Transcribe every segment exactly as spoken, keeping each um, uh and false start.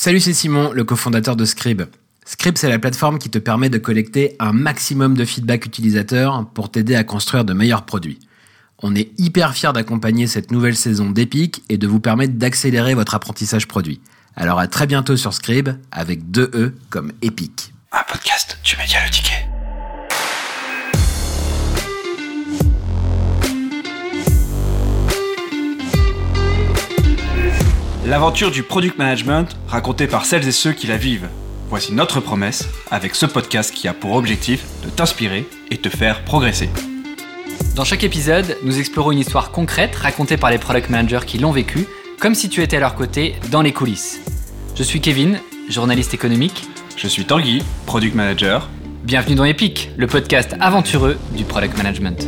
Salut, c'est Simon, le cofondateur de Scrib. Scrib, c'est la plateforme qui te permet de collecter un maximum de feedback utilisateur pour t'aider à construire de meilleurs produits. On est hyper fiers d'accompagner cette nouvelle saison d'Epic et de vous permettre d'accélérer votre apprentissage produit. Alors à très bientôt sur Scrib, avec deux E comme Epic. Un podcast du Média Le Ticket. L'aventure du product management racontée par celles et ceux qui la vivent. Voici notre promesse avec ce podcast qui a pour objectif de t'inspirer et te faire progresser. Dans chaque épisode, nous explorons une histoire concrète racontée par les product managers qui l'ont vécue, comme si tu étais à leur côté dans les coulisses. Je suis Kevin, journaliste économique. Je suis Tanguy, product manager. Bienvenue dans Epic, le podcast aventureux du product management.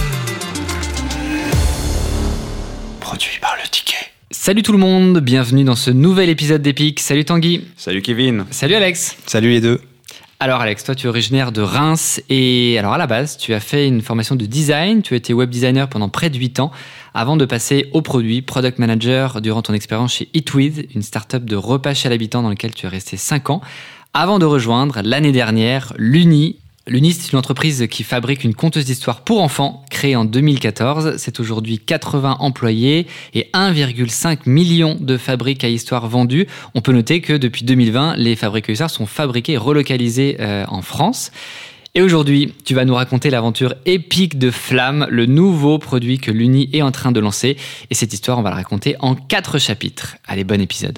Produit par Le Ticket. Salut tout le monde, bienvenue dans ce nouvel épisode d'Epic. Salut Tanguy. Salut Kevin. Salut Alex. Salut les deux. Alors Alex, toi tu es originaire de Reims et alors à la base tu as fait une formation de design, tu as été web designer pendant près de huit ans avant de passer au produit, product manager durant ton expérience chez Eatwith, une start-up de repas chez l'habitant dans laquelle tu es resté cinq ans, avant de rejoindre l'année dernière l'Uni. L'Uni, c'est une entreprise qui fabrique une conteuse d'histoire pour enfants, créée en deux mille quatorze. C'est aujourd'hui quatre-vingts employés et un virgule cinq million de fabriques à histoire vendues. On peut noter que depuis deux mille vingt, les fabriques à histoire sont fabriquées et relocalisées euh, en France. Et aujourd'hui, tu vas nous raconter l'aventure épique de Flamme, le nouveau produit que l'Uni est en train de lancer. Et cette histoire, on va la raconter en quatre chapitres. Allez, bon épisode.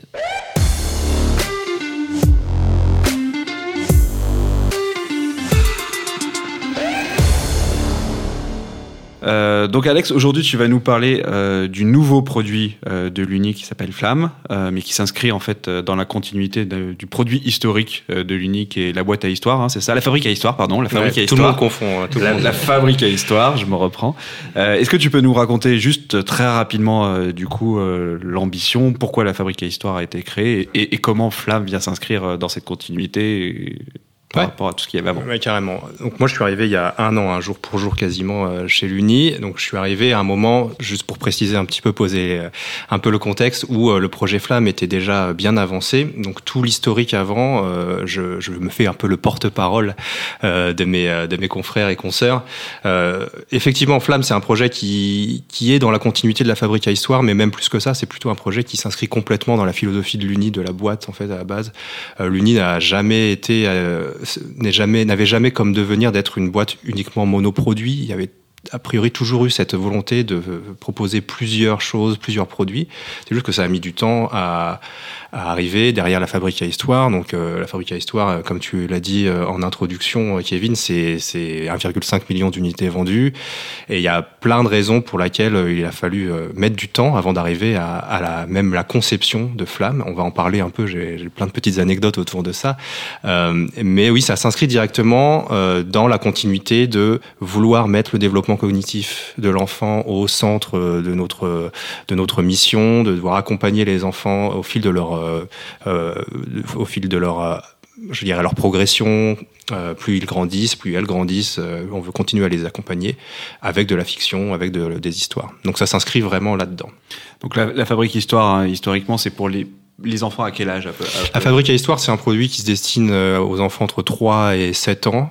Euh, donc Alex, aujourd'hui tu vas nous parler euh, du nouveau produit euh, de l'Uni qui s'appelle Flamme, euh, mais qui s'inscrit en fait euh, dans la continuité de, du produit historique euh, de l'Uni qui est la boîte à histoire, hein, c'est ça, la fabrique à histoire, pardon, la fabrique ouais, à tout histoire. Tout le monde confond. Hein, tout la, le monde. la fabrique à histoire, je me reprends. Euh, est-ce que tu peux nous raconter juste très rapidement euh, du coup euh, l'ambition, pourquoi la fabrique à histoire a été créée et, et comment Flamme vient s'inscrire dans cette continuité et... par ouais. rapport à tout ce qu'il y avait avant. Ouais, carrément. Donc moi, je suis arrivé il y a un an, un jour pour jour quasiment, euh, chez l'Uni. Donc je suis arrivé à un moment, juste pour préciser un petit peu, poser euh, un peu le contexte, où euh, le projet Flamme était déjà bien avancé. Donc tout l'historique avant, euh, je, je me fais un peu le porte-parole euh, de mes euh, de mes confrères et consoeurs. Euh, effectivement, Flamme, c'est un projet qui qui est dans la continuité de la fabrique à histoire, mais même plus que ça, c'est plutôt un projet qui s'inscrit complètement dans la philosophie de l'Uni, de la boîte en fait à la base. Euh, L'Uni n'a jamais été euh, n'est jamais, n'avait jamais comme devenir d'être une boîte uniquement monoproduit. Il y avait a priori toujours eu cette volonté de proposer plusieurs choses, plusieurs produits. C'est juste que ça a mis du temps à, à arriver derrière la fabrique à histoire. Donc euh, la fabrique à histoire, comme tu l'as dit euh, en introduction, Kevin, c'est, c'est un virgule cinq million d'unités vendues. Et il y a plein de raisons pour lesquelles euh, il a fallu euh, mettre du temps avant d'arriver à, à la, même la conception de Flamme. On va en parler un peu, j'ai, j'ai plein de petites anecdotes autour de ça. Euh, mais oui, ça s'inscrit directement euh, dans la continuité de vouloir mettre le développement cognitif de l'enfant au centre de notre de notre mission, de devoir accompagner les enfants au fil de leur euh, euh, au fil de leur euh, je dirais leur progression. Euh, plus ils grandissent, plus elles grandissent, euh, on veut continuer à les accompagner avec de la fiction, avec de, des histoires. Donc ça s'inscrit vraiment là-dedans. Donc la, la fabrique histoire, hein, historiquement, c'est pour les les enfants à quel âge à peu, à peu... La fabrique à histoire, c'est un produit qui se destine aux enfants entre trois et sept ans.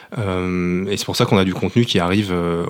Euh, et c'est pour ça qu'on a du contenu qui arrive euh,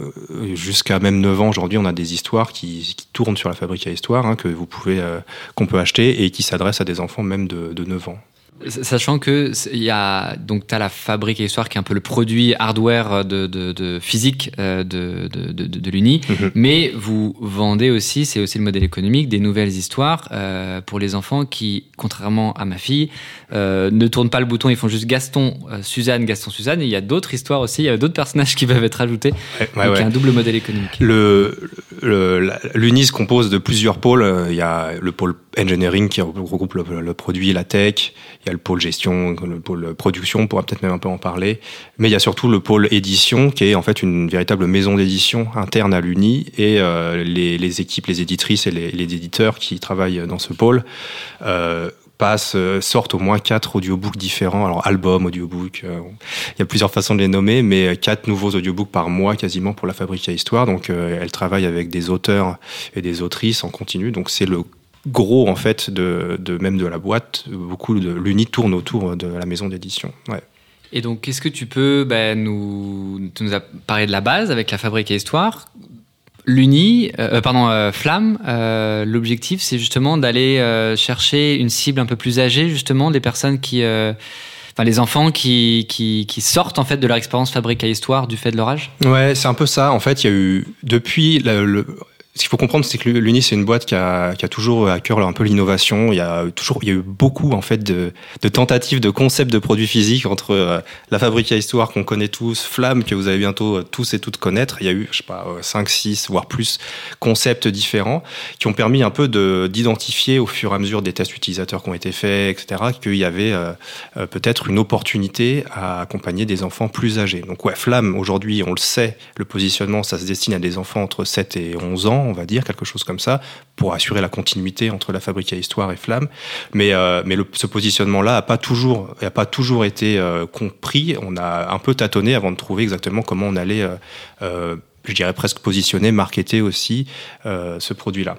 jusqu'à même neuf ans. Aujourd'hui, on a des histoires qui, qui tournent sur la fabrique à histoire, hein, que vous pouvez, euh, qu'on peut acheter et qui s'adressent à des enfants même de, de neuf ans. Sachant que il y a donc t'as la fabrique à histoire qui est un peu le produit hardware de, de, de physique de, de, de, de l'Uni, mm-hmm. mais vous vendez aussi, c'est aussi le modèle économique, des nouvelles histoires euh, pour les enfants qui, contrairement à ma fille, euh, ne tournent pas le bouton, ils font juste Gaston, euh, Suzanne, Gaston, Suzanne. Et il y a d'autres histoires aussi, il y a d'autres personnages qui peuvent être ajoutés. Ouais, ouais, donc il y a un double modèle économique. Le, le, L'Uni se compose de plusieurs pôles. Il y a le pôle engineering qui regroupe le, le produit et la tech. Il y a le pôle gestion, le pôle production, on pourra peut-être même un peu en parler. Mais il y a surtout le pôle édition, qui est en fait une véritable maison d'édition interne à l'Uni. Et euh, les, les équipes, les éditrices et les, les éditeurs qui travaillent dans ce pôle euh, passent, sortent au moins quatre audiobooks différents. Alors albums, audiobooks, euh, il y a plusieurs façons de les nommer, mais quatre nouveaux audiobooks par mois quasiment pour la fabrique à histoire. Donc euh, elle travaille avec des auteurs et des autrices en continu. Donc c'est le gros en fait de, de même de la boîte, beaucoup de l'Uni tourne autour de la maison d'édition. Ouais. Et donc, est-ce que tu peux bah, nous, tu nous as parlé de la base avec la Fabrique à Histoire. L'Uni, euh, pardon, euh, Flamme, euh, l'objectif, c'est justement d'aller euh, chercher une cible un peu plus âgée, justement, des personnes qui, euh, enfin, les enfants qui, qui, qui sortent en fait de leur expérience Fabrique à Histoire du fait de leur âge. Ouais, c'est un peu ça. En fait, il y a eu depuis le, le ce qu'il faut comprendre, c'est que l'Uni, c'est une boîte qui a, qui a toujours à cœur un peu l'innovation. Il y a toujours, il y a eu beaucoup, en fait, de, de tentatives, de concepts de produits physiques entre euh, la Fabrique à Histoire qu'on connaît tous, Flamme, que vous allez bientôt euh, tous et toutes connaître. Il y a eu, je sais pas, cinq, six, voire plus concepts différents qui ont permis un peu de, d'identifier au fur et à mesure des tests utilisateurs qui ont été faits, et cetera, qu'il y avait euh, euh, peut-être une opportunité à accompagner des enfants plus âgés. Donc, ouais, Flamme, aujourd'hui, on le sait, le positionnement, ça se destine à des enfants entre sept et onze ans, on va dire, quelque chose comme ça, pour assurer la continuité entre la Fabrique à Histoire et Flamme. Mais, euh, mais le, ce positionnement-là n'a pas toujours, a pas toujours été euh, compris. On a un peu tâtonné avant de trouver exactement comment on allait, euh, euh, je dirais presque positionner, marketer aussi euh, ce produit-là.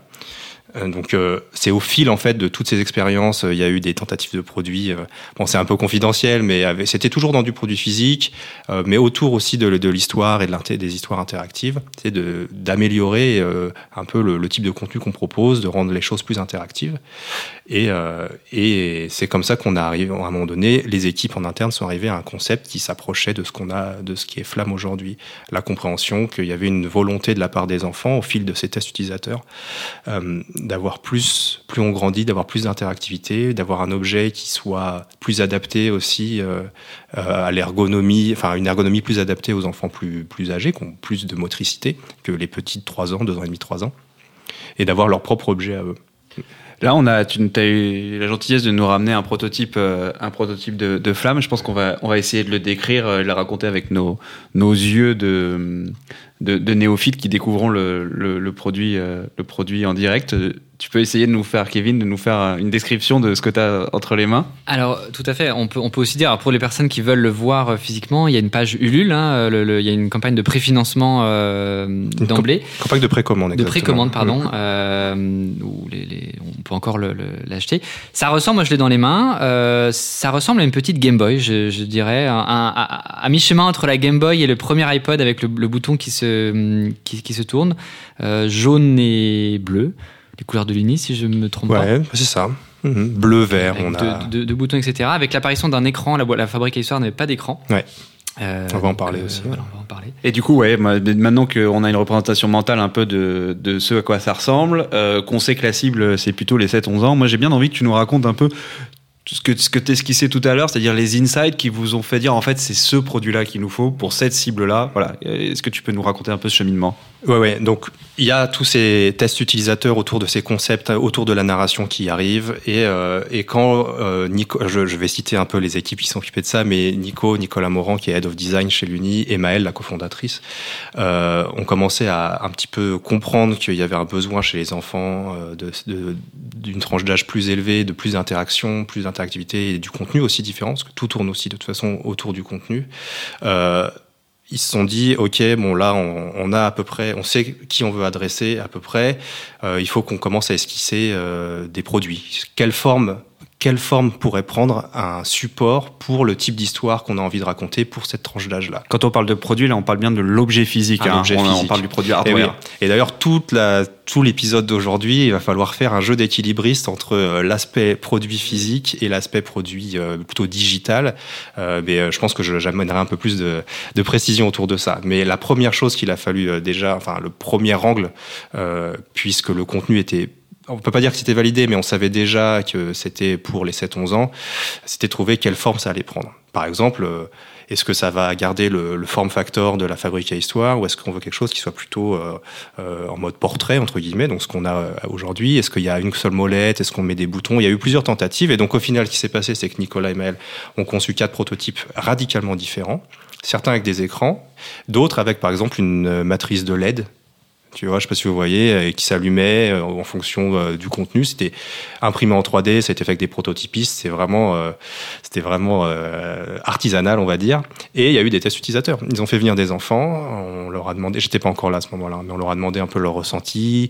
Donc euh, c'est au fil en fait de toutes ces expériences, il y a eu des tentatives de produits. Euh, bon, c'est un peu confidentiel, mais avec, c'était toujours dans du produit physique, euh, mais autour aussi de, de l'histoire et de l'inté, des histoires interactives. C'est de d'améliorer euh, un peu le, le type de contenu qu'on propose, de rendre les choses plus interactives. Et, euh, et c'est comme ça qu'on a arrivé à un moment donné. Les équipes en interne sont arrivées à un concept qui s'approchait de ce qu'on a, de ce qui est Flamme aujourd'hui. La compréhension qu'il y avait une volonté de la part des enfants au fil de ces tests utilisateurs. Euh, d'avoir plus, plus on grandit, d'avoir plus d'interactivité, d'avoir un objet qui soit plus adapté aussi euh, à l'ergonomie, enfin une ergonomie plus adaptée aux enfants plus, plus âgés, qui ont plus de motricité que les petits de trois ans, deux ans et demi, trois ans, et d'avoir leur propre objet à eux. Là, on a, tu as eu la gentillesse de nous ramener un prototype, euh, un prototype de, de Flamme. Je pense qu'on va, on va essayer de le décrire, euh, le raconter avec nos, nos yeux de, de, de néophytes qui découvront le, le, le produit, euh, le produit en direct. Tu peux essayer de nous faire, Kevin, de nous faire une description de ce que tu as entre les mains? Alors, tout à fait. On peut, on peut aussi dire, alors pour les personnes qui veulent le voir physiquement, il y a une page Ulule, hein, le, le, il y a une campagne de préfinancement euh, d'emblée. Camp- campagne de précommande, exactement. De précommande, pardon, mmh. euh, où les, les, on peut encore le, le, l'acheter. Ça ressemble, moi je l'ai dans les mains, euh, ça ressemble à une petite Game Boy, je, je dirais, un, un, à, à mi-chemin entre la Game Boy et le premier iPod avec le, le bouton qui se, qui, qui se tourne, euh, jaune et bleu. Les couleurs de l'Uni, si je ne me trompe ouais, pas. Ouais, c'est ça. Mmh. Bleu, vert, avec on de, a... De, de boutons, et cetera. Avec l'apparition d'un écran, la, la Fabrique à Histoire n'avait pas d'écran. Ouais. Euh, on va en parler euh, aussi. Voilà, on va en parler. Et du coup, ouais, maintenant qu'on a une représentation mentale un peu de, de ce à quoi ça ressemble, euh, qu'on sait que la cible, c'est plutôt les sept onze ans, moi j'ai bien envie que tu nous racontes un peu ce que, ce que tu esquissais tout à l'heure, c'est-à-dire les insights qui vous ont fait dire en fait c'est ce produit-là qu'il nous faut pour cette cible-là. Voilà. Est-ce que tu peux nous raconter un peu ce cheminement? Ouais, ouais. Donc il y a tous ces tests utilisateurs autour de ces concepts, autour de la narration qui arrivent. Et, euh, et quand euh, Nico, je, je vais citer un peu les équipes qui sont occupées de ça, mais Nico, Nicolas Morand qui est Head of Design chez l'Uni, et Maëlle, la cofondatrice, euh, ont commencé à un petit peu comprendre qu'il y avait un besoin chez les enfants euh, de, de, d'une tranche d'âge plus élevée, de plus d'interaction, plus d'interactivité et du contenu aussi différent, parce que tout tourne aussi de toute façon autour du contenu. Euh, Ils se sont dit, ok, bon là, on, on a à peu près, on sait qui on veut adresser à peu près. Euh, il faut qu'on commence à esquisser euh, des produits. Quelle forme, quelle forme pourrait prendre un support pour le type d'histoire qu'on a envie de raconter pour cette tranche d'âge-là? Quand on parle de produit, là, on parle bien de l'objet physique. Un hein. objet on, physique. on parle du produit Et, hardware. oui. Et d'ailleurs, toute la, tout l'épisode d'aujourd'hui, il va falloir faire un jeu d'équilibriste entre euh, l'aspect produit physique et l'aspect produit euh, plutôt digital. Euh, mais euh, je pense que je, j'amènerai un peu plus de, de précision autour de ça. Mais la première chose qu'il a fallu euh, déjà, enfin le premier angle, euh, puisque le contenu était, on peut pas dire que c'était validé, mais on savait déjà que c'était pour les sept onze ans, c'était trouver quelle forme ça allait prendre. Par exemple, euh, est-ce que ça va garder le, le form factor de la Fabrique à Histoire, ou est-ce qu'on veut quelque chose qui soit plutôt euh, euh, en mode portrait, entre guillemets, donc ce qu'on a euh, aujourd'hui? Est-ce qu'il y a une seule molette? Est-ce qu'on met des boutons? Il y a eu plusieurs tentatives, et donc au final, ce qui s'est passé, c'est que Nicolas et Maëlle ont conçu quatre prototypes radicalement différents, certains avec des écrans, d'autres avec, par exemple, une matrice de L E D, tu vois, je sais pas si vous voyez, qui s'allumait euh, en fonction euh, du contenu. C'était imprimé en trois D, ça a été fait avec des prototypistes. C'est vraiment, euh, c'était vraiment euh, artisanal, on va dire. Et il y a eu des tests utilisateurs. Ils ont fait venir des enfants. On leur a demandé, j'étais pas encore là à ce moment-là, mais on leur a demandé un peu leur ressenti.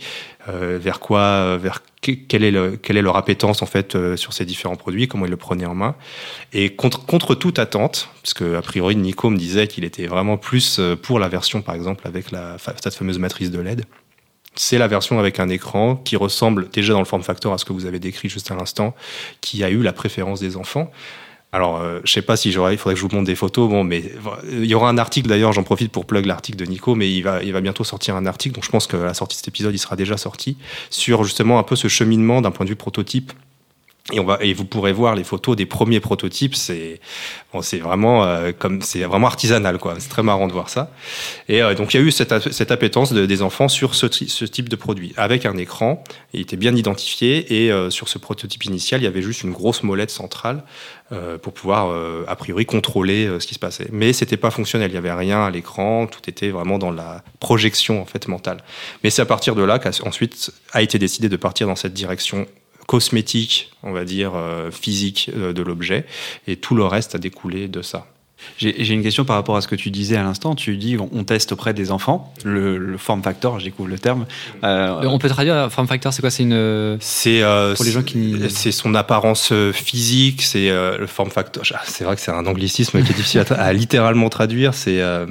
euh, vers quoi, vers quelle est, le, quelle est leur appétence en fait euh, sur ces différents produits, comment ils le prenaient en main. Et contre, contre toute attente, parce que a priori Nico me disait qu'il était vraiment plus pour la version par exemple avec la, cette fameuse matrice de L E D. C'est la version avec un écran qui ressemble déjà dans le form factor à ce que vous avez décrit juste à l'instant, qui a eu la préférence des enfants. Alors, euh, je sais pas si j'aurais, il faudrait que je vous montre des photos. Bon, mais il y aura un article d'ailleurs. J'en profite pour plug l'article de Nico, mais il va, il va bientôt sortir un article. Donc, je pense qu'à la sortie de cet épisode, il sera déjà sorti sur justement un peu ce cheminement d'un point de vue prototype. Et on va, et vous pourrez voir les photos des premiers prototypes. C'est, bon, c'est vraiment euh, comme, c'est vraiment artisanal, quoi. C'est très marrant de voir ça. Et euh, donc il y a eu cette, cette appétence de, des enfants sur ce, ce type de produit avec un écran. Il était bien identifié et euh, sur ce prototype initial, il y avait juste une grosse molette centrale euh, pour pouvoir euh, a priori contrôler euh, ce qui se passait. Mais c'était pas fonctionnel. Il y avait rien à l'écran. Tout était vraiment dans la projection en fait mentale. Mais c'est à partir de là qu'ensuite a été décidé de partir dans cette direction cosmétique, on va dire, euh, physique euh, de l'objet, et tout le reste a découlé de ça. J'ai, j'ai une question par rapport à ce que tu disais à l'instant. Tu dis on, on teste auprès des enfants, le, le form factor, je découvre le terme. Euh, on peut traduire form factor, c'est quoi? C'est une. C'est euh, pour les gens qui. C'est son apparence physique. C'est euh, le form factor. C'est vrai que c'est un anglicisme qui est difficile à, à littéralement traduire. C'est euh,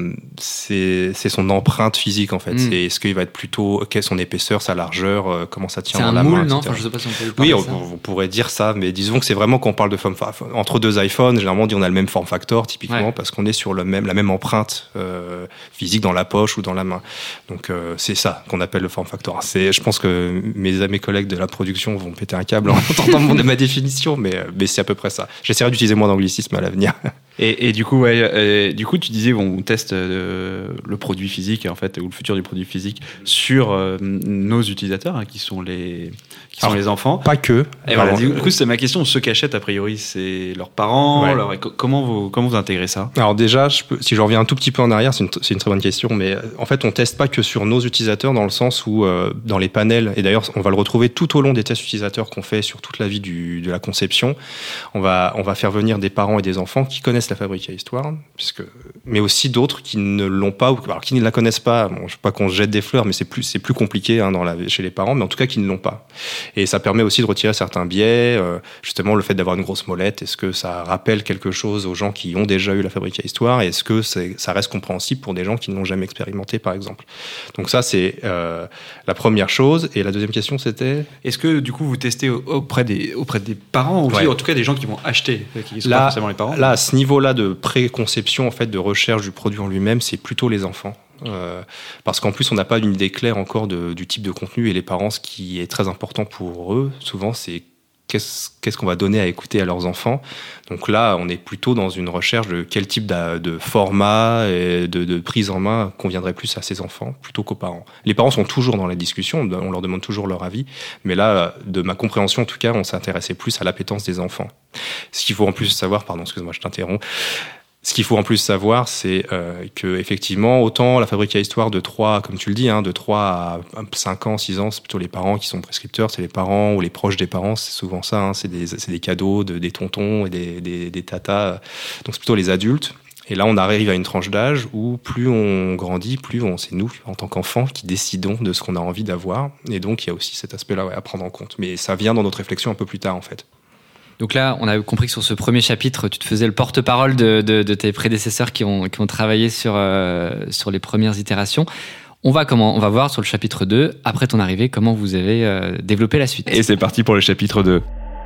c'est c'est son empreinte physique en fait. Mm. C'est est-ce qu'il va être plutôt quelle est son épaisseur, sa largeur, euh, comment ça tient c'est dans un la moule, main. Non, enfin, je sais pas si on peut. Oui, on, on pourrait dire ça, mais disons que c'est vraiment quand on parle de form factor entre deux iPhones. Généralement, on dit on a le même form factor typiquement. Ouais. Parce qu'on est sur le même, la même empreinte euh, physique dans la poche ou dans la main. Donc euh, c'est ça qu'on appelle le form factor. C'est, je pense que mes, mes collègues de la production vont péter un câble en entendant mon, ma définition, mais, mais c'est à peu près ça. J'essaierai d'utiliser moins d'anglicisme à l'avenir. Et, et du coup, ouais, et, du coup, tu disais bon, on teste euh, le produit physique en fait, ou le futur du produit physique sur euh, nos utilisateurs, hein, qui sont les qui sont Alors, les enfants. Pas que. Et voilà, du coup, c'est ma question. Ceux qui achètent, a priori, c'est leurs parents. Ouais. Leur, comment vous comment vous intégrez ça? Alors déjà, je peux, si je reviens un tout petit peu en arrière, c'est une, c'est une très bonne question, mais en fait, on teste pas que sur nos utilisateurs dans le sens où euh, dans les panels, et d'ailleurs, on va le retrouver tout au long des tests utilisateurs qu'on fait sur toute la vie du, de la conception. On va on va faire venir des parents et des enfants qui connaissent la fabrique à histoire, puisque, mais aussi d'autres qui ne l'ont pas ou alors qui ne la connaissent pas. Bon, je veux pas qu'on se jette des fleurs, mais c'est plus c'est plus compliqué hein, dans la, chez les parents, mais en tout cas qui ne l'ont pas. Et ça permet aussi de retirer certains biais, euh, justement le fait d'avoir une grosse molette. Est-ce que ça rappelle quelque chose aux gens qui ont déjà eu la fabrique à histoire? Et est-ce que c'est, ça reste compréhensible pour des gens qui ne l'ont jamais expérimenté, par exemple? Donc ça, c'est euh, la première chose. Et la deuxième question, c'était... Est-ce que, du coup, vous testez auprès des, auprès des parents, ou ouais. en tout cas des gens qui vont acheter, qui ne sont là, pas forcément les parents? Là, à ce niveau-là de préconception, en fait, de recherche du produit en lui-même, c'est plutôt les enfants. Euh, parce qu'en plus on n'a pas une idée claire encore de, du type de contenu, et les parents, ce qui est très important pour eux souvent, c'est qu'est-ce, qu'est-ce qu'on va donner à écouter à leurs enfants. Donc là on est plutôt dans une recherche de quel type de, de format et de, de prise en main conviendrait plus à ces enfants plutôt qu'aux parents. Les parents sont toujours dans la discussion, on leur demande toujours leur avis, mais là de ma compréhension en tout cas, on s'intéressait plus à l'appétence des enfants. Ce qu'il faut en plus savoir, pardon excuse-moi je t'interromps, ce qu'il faut en plus savoir, c'est euh, que effectivement, autant la fabrique à histoire de trois, comme tu le dis, hein, de trois à cinq ans, six ans, c'est plutôt les parents qui sont prescripteurs, c'est les parents ou les proches des parents, c'est souvent ça, hein, c'est, des, c'est des cadeaux de, des tontons et des, des, des tatas, donc c'est plutôt les adultes. Et là, on arrive à une tranche d'âge où plus on grandit, plus on, c'est nous, en tant qu'enfants, qui décidons de ce qu'on a envie d'avoir. Et donc, il y a aussi cet aspect-là ouais, à prendre en compte. Mais ça vient dans notre réflexion un peu plus tard, en fait. Donc là, on a compris que sur ce premier chapitre, tu te faisais le porte-parole de, de, de tes prédécesseurs qui ont, qui ont travaillé sur, euh, sur les premières itérations. On va, comment, on va voir sur le chapitre deux, après ton arrivée, comment vous avez euh, développé la suite. Et c'est parti pour le chapitre deux.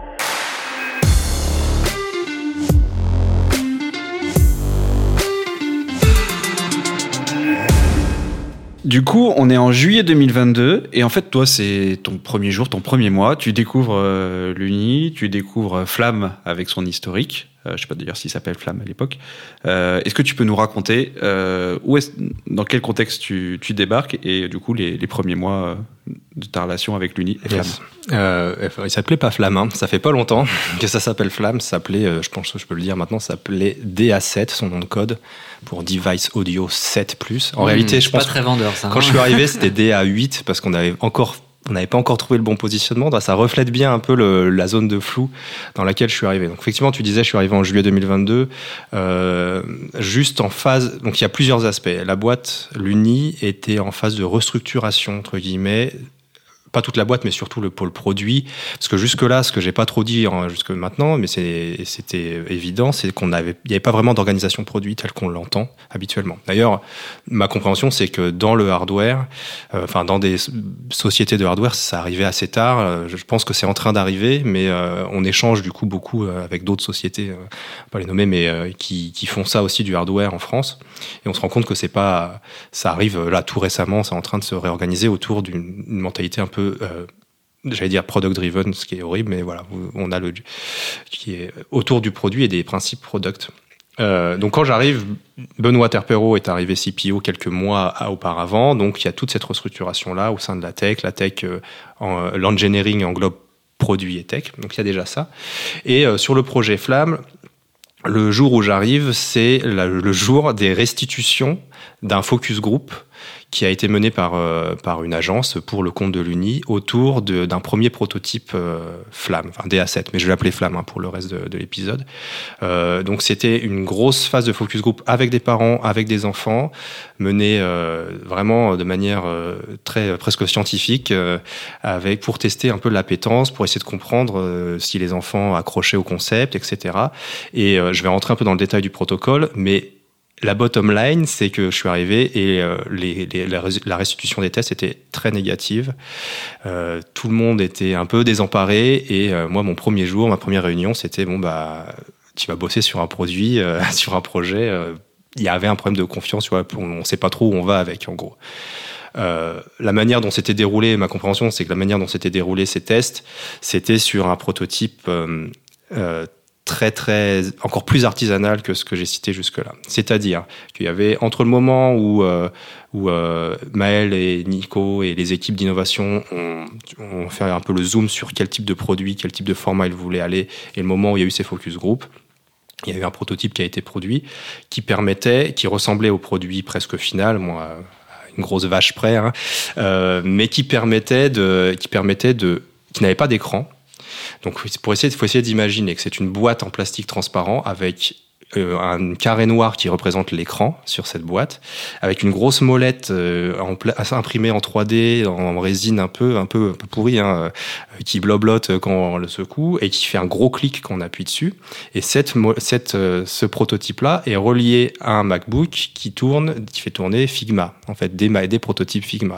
Du coup, on est en juillet deux mille vingt-deux et en fait, toi, c'est ton premier jour, ton premier mois. Tu découvres euh, l'Uni, tu découvres Flamme avec son historique. Euh, je ne sais pas d'ailleurs s'il s'appelle Flamme à l'époque. Euh, est-ce que tu peux nous raconter euh, où est, dans quel contexte tu, tu débarques et du coup les, les premiers mois de ta relation avec l'Uni et Flamme? Yes. Euh, il s'appelait pas Flamme, hein. Ça fait pas longtemps que ça s'appelle Flamme. Ça s'appelait, euh, je pense que je peux le dire maintenant, ça s'appelait D A sept, son nom de code, pour Device Audio sept plus. En mmh, réalité, je pense pas très vendeur, ça. Quand hein. je suis arrivé, c'était D A huit parce qu'on avait encore on n'avait pas encore trouvé le bon positionnement. Ça reflète bien un peu le, la zone de flou dans laquelle je suis arrivé. Donc effectivement, tu disais, je suis arrivé en juillet deux mille vingt-deux, euh, juste en phase. Donc il y a plusieurs aspects. La boîte, l'Uni, était en phase de restructuration entre guillemets, pas toute la boîte, mais surtout le, pour le produit. Parce que jusque-là, ce que j'ai pas trop dit hein, jusque maintenant, mais c'est, c'était évident, c'est qu'on avait, il n'y avait pas vraiment d'organisation produit telle qu'on l'entend habituellement. D'ailleurs, ma compréhension, c'est que dans le hardware, euh, enfin dans des sociétés de hardware, ça arrivait assez tard. Euh, je pense que c'est en train d'arriver, mais euh, on échange du coup beaucoup euh, avec d'autres sociétés, euh, pas les nommer, mais euh, qui, qui font ça aussi du hardware en France. Et on se rend compte que c'est pas, ça arrive là tout récemment, c'est en train de se réorganiser autour d'une une mentalité un peu, euh, j'allais dire product driven, ce qui est horrible, mais voilà, on a le qui est autour du produit et des principes product. Euh, donc quand j'arrive, Benoît Terpero est arrivé C P O quelques mois auparavant, donc il y a toute cette restructuration là au sein de la tech. La tech, euh, en, l'engineering englobe produit et tech, donc il y a déjà ça. Et euh, sur le projet Flamme, le jour où j'arrive, c'est la, le jour des restitutions d'un focus group qui a été mené par, euh, par une agence pour le compte de l'Uni autour de, d'un premier prototype euh, Flamme, enfin D A sept, mais je vais l'appeler Flamme hein, pour le reste de, de l'épisode. Euh, donc c'était une grosse phase de focus group avec des parents, avec des enfants, menée euh, vraiment de manière euh, très presque scientifique, euh, avec pour tester un peu l'appétence, pour essayer de comprendre euh, si les enfants accrochaient au concept, et cetera. Et euh, je vais rentrer un peu dans le détail du protocole, mais la bottom line, c'est que je suis arrivé et euh, les, les, la, la restitution des tests était très négative. Euh, tout le monde était un peu désemparé et euh, moi, mon premier jour, ma première réunion, c'était bon bah, tu vas bosser sur un produit, euh, sur un projet. Euh, il y avait un problème de confiance, tu vois, on ne sait pas trop où on va avec, en gros. Euh, la manière dont c'était déroulé, ma compréhension, c'est que la manière dont c'était déroulé ces tests, c'était sur un prototype euh, euh, très très encore plus artisanal que ce que j'ai cité jusque-là. C'est-à-dire qu'il y avait entre le moment où euh, où euh, Maël et Nico et les équipes d'innovation ont, ont fait un peu le zoom sur quel type de produit, quel type de format ils voulaient aller, et le moment où il y a eu ces focus group, il y avait un prototype qui a été produit qui permettait, qui ressemblait au produit presque final, moi une grosse vache près, hein, euh, mais qui permettait de qui permettait de qui n'avait pas d'écran. Donc, pour essayer, il faut essayer d'imaginer que c'est une boîte en plastique transparent avec euh, un carré noir qui représente l'écran sur cette boîte, avec une grosse molette euh, en pla- imprimée en trois D, en résine un peu, un peu, un peu pourrie, hein, euh, qui bloblote quand on le secoue et qui fait un gros clic quand on appuie dessus. Et cette, cette, euh, ce prototype-là est relié à un MacBook qui tourne, qui fait tourner Figma, en fait, des, des prototypes Figma.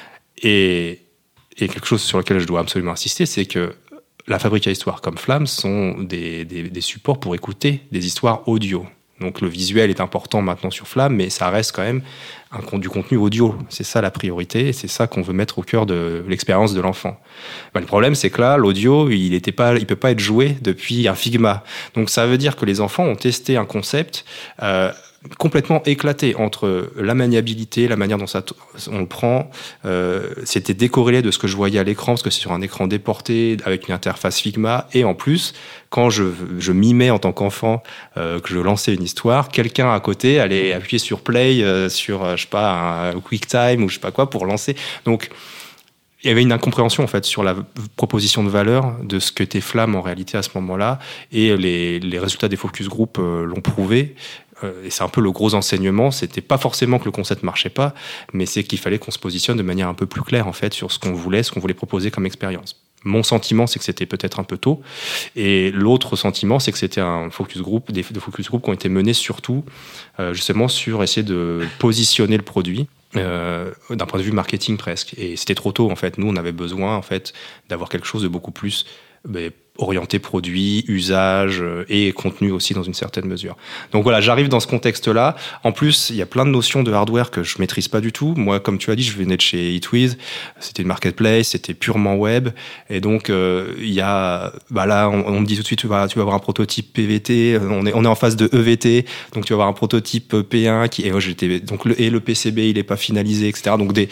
Et, et quelque chose sur lequel je dois absolument insister, c'est que la fabrique à histoire comme Flamme sont des, des, des supports pour écouter des histoires audio. Donc le visuel est important maintenant sur Flamme, mais ça reste quand même un, du contenu audio. C'est ça la priorité, et c'est ça qu'on veut mettre au cœur de l'expérience de l'enfant. Ben, le problème, c'est que là, l'audio, il était pas, il peut pas être joué depuis un Figma. Donc ça veut dire que les enfants ont testé un concept euh, complètement éclaté entre la maniabilité, la manière dont ça t- on le prend. Euh, c'était décorrélé de ce que je voyais à l'écran, parce que c'est sur un écran déporté avec une interface Figma. Et en plus, quand je, je mimais en tant qu'enfant euh, que je lançais une histoire, quelqu'un à côté allait appuyer sur play, euh, sur, euh, je sais pas, un QuickTime ou je sais pas quoi pour lancer. Donc, il y avait une incompréhension en fait sur la proposition de valeur de ce qu'était Flamme en réalité à ce moment-là, et les, les résultats des focus group euh, l'ont prouvé. Et c'est un peu le gros enseignement, c'était pas forcément que le concept marchait pas, mais c'est qu'il fallait qu'on se positionne de manière un peu plus claire en fait sur ce qu'on voulait, ce qu'on voulait proposer comme expérience. Mon sentiment, c'est que c'était peut-être un peu tôt, et l'autre sentiment, c'est que c'était un focus group, des focus group qui ont été menés surtout euh, justement sur essayer de positionner le produit. Euh, d'un point de vue marketing presque, et c'était trop tôt en fait. Nous on avait besoin en fait d'avoir quelque chose de beaucoup plus ben, orienté produit, usage euh, et contenu aussi dans une certaine mesure. Donc voilà, j'arrive dans ce contexte-là. En plus, il y a plein de notions de hardware que je maîtrise pas du tout. Moi, comme tu as dit, je venais de chez Eatwiz, c'était une marketplace, c'était purement web, et donc euh, il y a, bah là, on, on me dit tout de suite, tu vas, tu vas avoir un prototype P V T. On est, on est en phase de E V T, donc tu vas avoir un prototype P un qui, et moi, j'étais, donc le, et le P C B, il est pas finalisé, et cetera. Donc des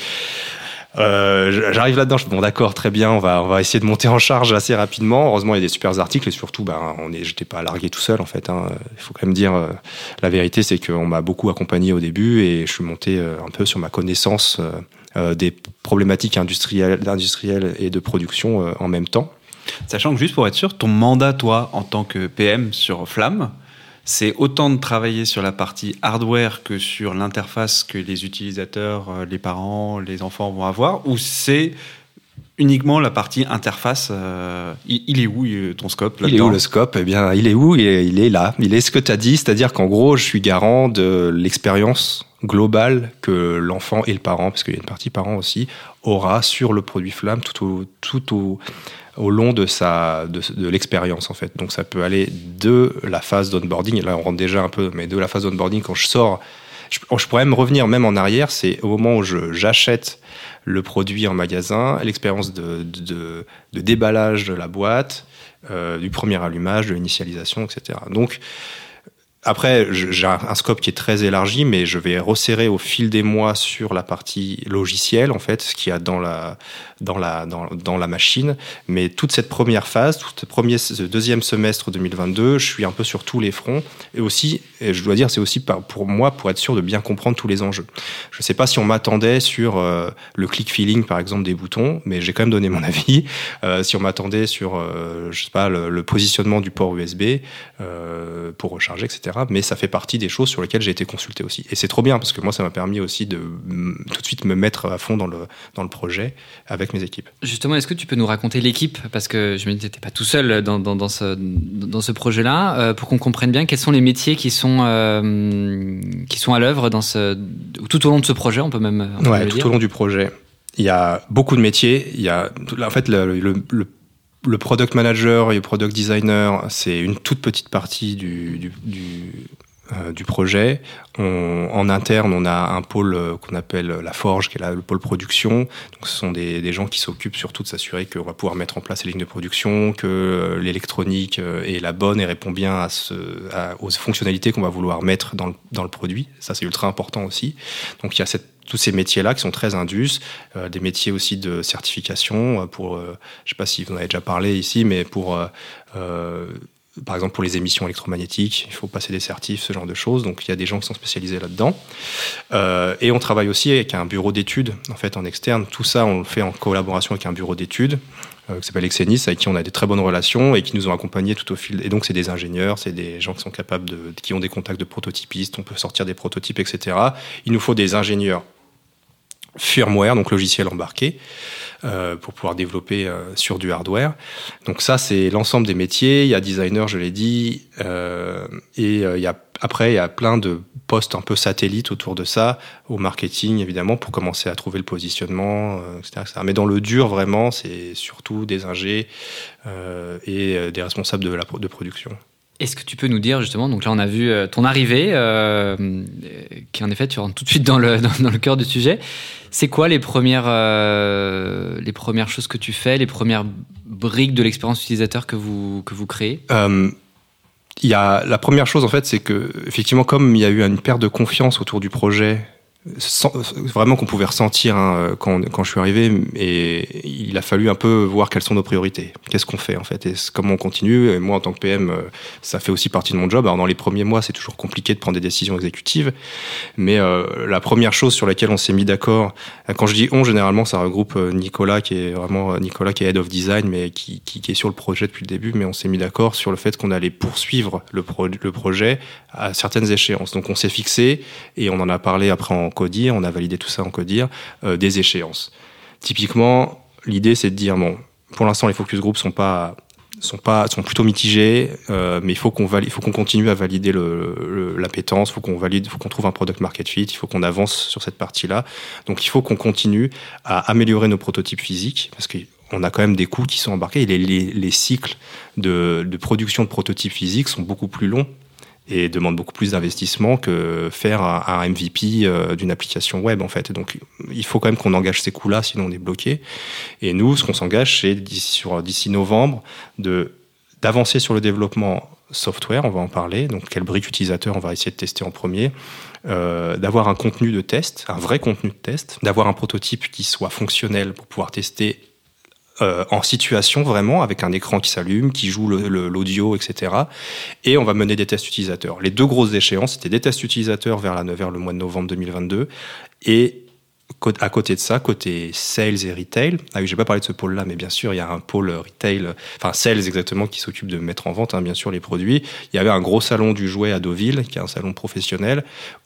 Euh, j'arrive là-dedans, je dis bon d'accord, très bien, on va on va essayer de monter en charge assez rapidement. Heureusement, il y a des super articles et surtout, ben on est, j'étais pas largué tout seul en fait. Hein. Il faut quand même dire euh, la vérité, c'est qu'on m'a beaucoup accompagné au début et je suis monté euh, un peu sur ma connaissance euh, euh, des problématiques industrielles, industrielles et de production euh, en même temps. Sachant que juste pour être sûr, ton mandat toi en tant que P M sur Flamme, c'est autant de travailler sur la partie hardware que sur l'interface que les utilisateurs, les parents, les enfants vont avoir, ou c'est uniquement la partie interface. Euh, il, il est où ton scope là-dedans ? Il est où le scope ? Eh bien, il est où ? il est, il est là. Il est ce que tu as dit, c'est-à-dire qu'en gros, je suis garant de l'expérience globale que l'enfant et le parent, parce qu'il y a une partie parent aussi, aura sur le produit Flamme tout au, tout au, au long de, sa, de, de l'expérience, en fait. Donc, ça peut aller de la phase d'onboarding, et là, on rentre déjà un peu, mais de la phase d'onboarding, quand je sors, je, je pourrais me revenir même en arrière, c'est au moment où je, j'achète le produit en magasin, l'expérience de, de, de déballage de la boîte, euh, du premier allumage, de l'initialisation, et cetera. Donc, après, j'ai un scope qui est très élargi, mais je vais resserrer au fil des mois sur la partie logicielle, en fait, ce qu'il y a dans la, dans la, dans, dans la machine. Mais toute cette première phase, tout ce premier, ce deuxième semestre deux mille vingt-deux, je suis un peu sur tous les fronts. Et aussi, et je dois dire, c'est aussi pour moi, pour être sûr de bien comprendre tous les enjeux. Je ne sais pas si on m'attendait sur euh, le click feeling, par exemple, des boutons, mais j'ai quand même donné mon avis. Euh, si on m'attendait sur, euh, je sais pas, le, le positionnement du port U S B euh, pour recharger, et cetera. Mais ça fait partie des choses sur lesquelles j'ai été consulté aussi. Et c'est trop bien, parce que moi, ça m'a permis aussi de m- tout de suite me mettre à fond dans le, dans le projet avec mes équipes. Justement, est-ce que tu peux nous raconter l'équipe ? Parce que je me dis que tu n'étais pas tout seul dans, dans, dans, ce, dans ce projet-là, euh, pour qu'on comprenne bien quels sont les métiers qui sont, euh, qui sont à l'œuvre dans ce, tout au long de ce projet, on peut même on peut ouais, le tout dire. au long du projet. Il y a beaucoup de métiers. Il y a, en fait, le, le, le Le product manager et le product designer, c'est une toute petite partie du, du, du, euh, du projet. On, en interne, on a un pôle euh, qu'on appelle la Forge, qui est là, le pôle production. Donc, ce sont des, des gens qui s'occupent surtout de s'assurer qu'on va pouvoir mettre en place les lignes de production, que euh, l'électronique euh, est la bonne et répond bien à ce, à, aux fonctionnalités qu'on va vouloir mettre dans le, dans le produit. Ça, c'est ultra important aussi. Donc, il y a cette tous ces métiers-là qui sont très indus, euh, des métiers aussi de certification pour, euh, je ne sais pas si vous en avez déjà parlé ici, mais pour, euh, euh, par exemple pour les émissions électromagnétiques, il faut passer des certifs, ce genre de choses. Donc il y a des gens qui sont spécialisés là-dedans. Euh, et on travaille aussi avec un bureau d'études, en fait, en externe. Tout ça, on le fait en collaboration avec un bureau d'études euh, qui s'appelle Exenis, avec qui on a des très bonnes relations et qui nous ont accompagnés tout au fil. Et donc c'est des ingénieurs, c'est des gens qui sont capables de, qui ont des contacts de prototypistes, on peut sortir des prototypes, et cetera. Il nous faut des ingénieurs firmware, donc logiciel embarqué, euh, pour pouvoir développer euh, sur du hardware. Donc ça, c'est l'ensemble des métiers. Il y a designer, je l'ai dit, euh, et euh, il y a, après, il y a plein de postes un peu satellites autour de ça, au marketing, évidemment, pour commencer à trouver le positionnement, euh, et cetera, et cetera. Mais dans le dur, vraiment, c'est surtout des ingés euh, et euh, des responsables de la de production. Est-ce que tu peux nous dire justement, donc là on a vu euh, ton arrivée, euh, qui en effet tu rentres tout de suite dans le, dans, dans le cœur du sujet. C'est quoi les premières, euh, les premières choses que tu fais, les premières briques de l'expérience utilisateur que vous, que vous créez ? euh, il y a, La première chose en fait, c'est que effectivement, comme il y a eu une perte de confiance autour du projet, sans, vraiment qu'on pouvait ressentir hein, quand, quand je suis arrivé, et il a fallu un peu voir quelles sont nos priorités. Qu'est-ce qu'on fait en fait et comment on continue. Et moi en tant que P M, ça fait aussi partie de mon job. Alors dans les premiers mois, c'est toujours compliqué de prendre des décisions exécutives, mais euh, la première chose sur laquelle on s'est mis d'accord, quand je dis on, généralement ça regroupe Nicolas qui est vraiment Nicolas qui est Head of Design, mais qui, qui, qui est sur le projet depuis le début. Mais on s'est mis d'accord sur le fait qu'on allait poursuivre le, pro, le projet à certaines échéances. Donc on s'est fixé et on en a parlé après en Codir, on a validé tout ça en Codir, euh, des échéances. Typiquement, l'idée c'est de dire bon, pour l'instant les focus groups sont pas sont pas sont plutôt mitigés, euh, mais il faut qu'on valide, il faut qu'on continue à valider le, le, l'appétence, il faut qu'on valide, il faut qu'on trouve un product market fit, il faut qu'on avance sur cette partie-là. Donc il faut qu'on continue à améliorer nos prototypes physiques parce que on a quand même des coûts qui sont embarqués et les, les, les cycles de, de production de prototypes physiques sont beaucoup plus longs et demande beaucoup plus d'investissement que faire un, un M V P euh, d'une application web en fait. Donc il faut quand même qu'on engage ces coûts-là, sinon on est bloqué. Et nous, ce qu'on s'engage, c'est d'ici, sur, d'ici novembre de, d'avancer sur le développement software, on va en parler, donc quelle brique utilisateur on va essayer de tester en premier, euh, d'avoir un contenu de test, un vrai contenu de test, d'avoir un prototype qui soit fonctionnel pour pouvoir tester Euh, en situation vraiment, avec un écran qui s'allume, qui joue le, le, l'audio, et cetera. Et on va mener des tests utilisateurs. Les deux grosses échéances, c'était des tests utilisateurs vers, la, vers le mois de novembre deux mille vingt-deux. Et à côté de ça, côté sales et retail, ah oui, j'ai pas parlé de ce pôle-là, mais bien sûr, il y a un pôle retail, enfin sales exactement, qui s'occupe de mettre en vente, hein, bien sûr, les produits. Il y avait un gros salon du jouet à Deauville, qui est un salon professionnel,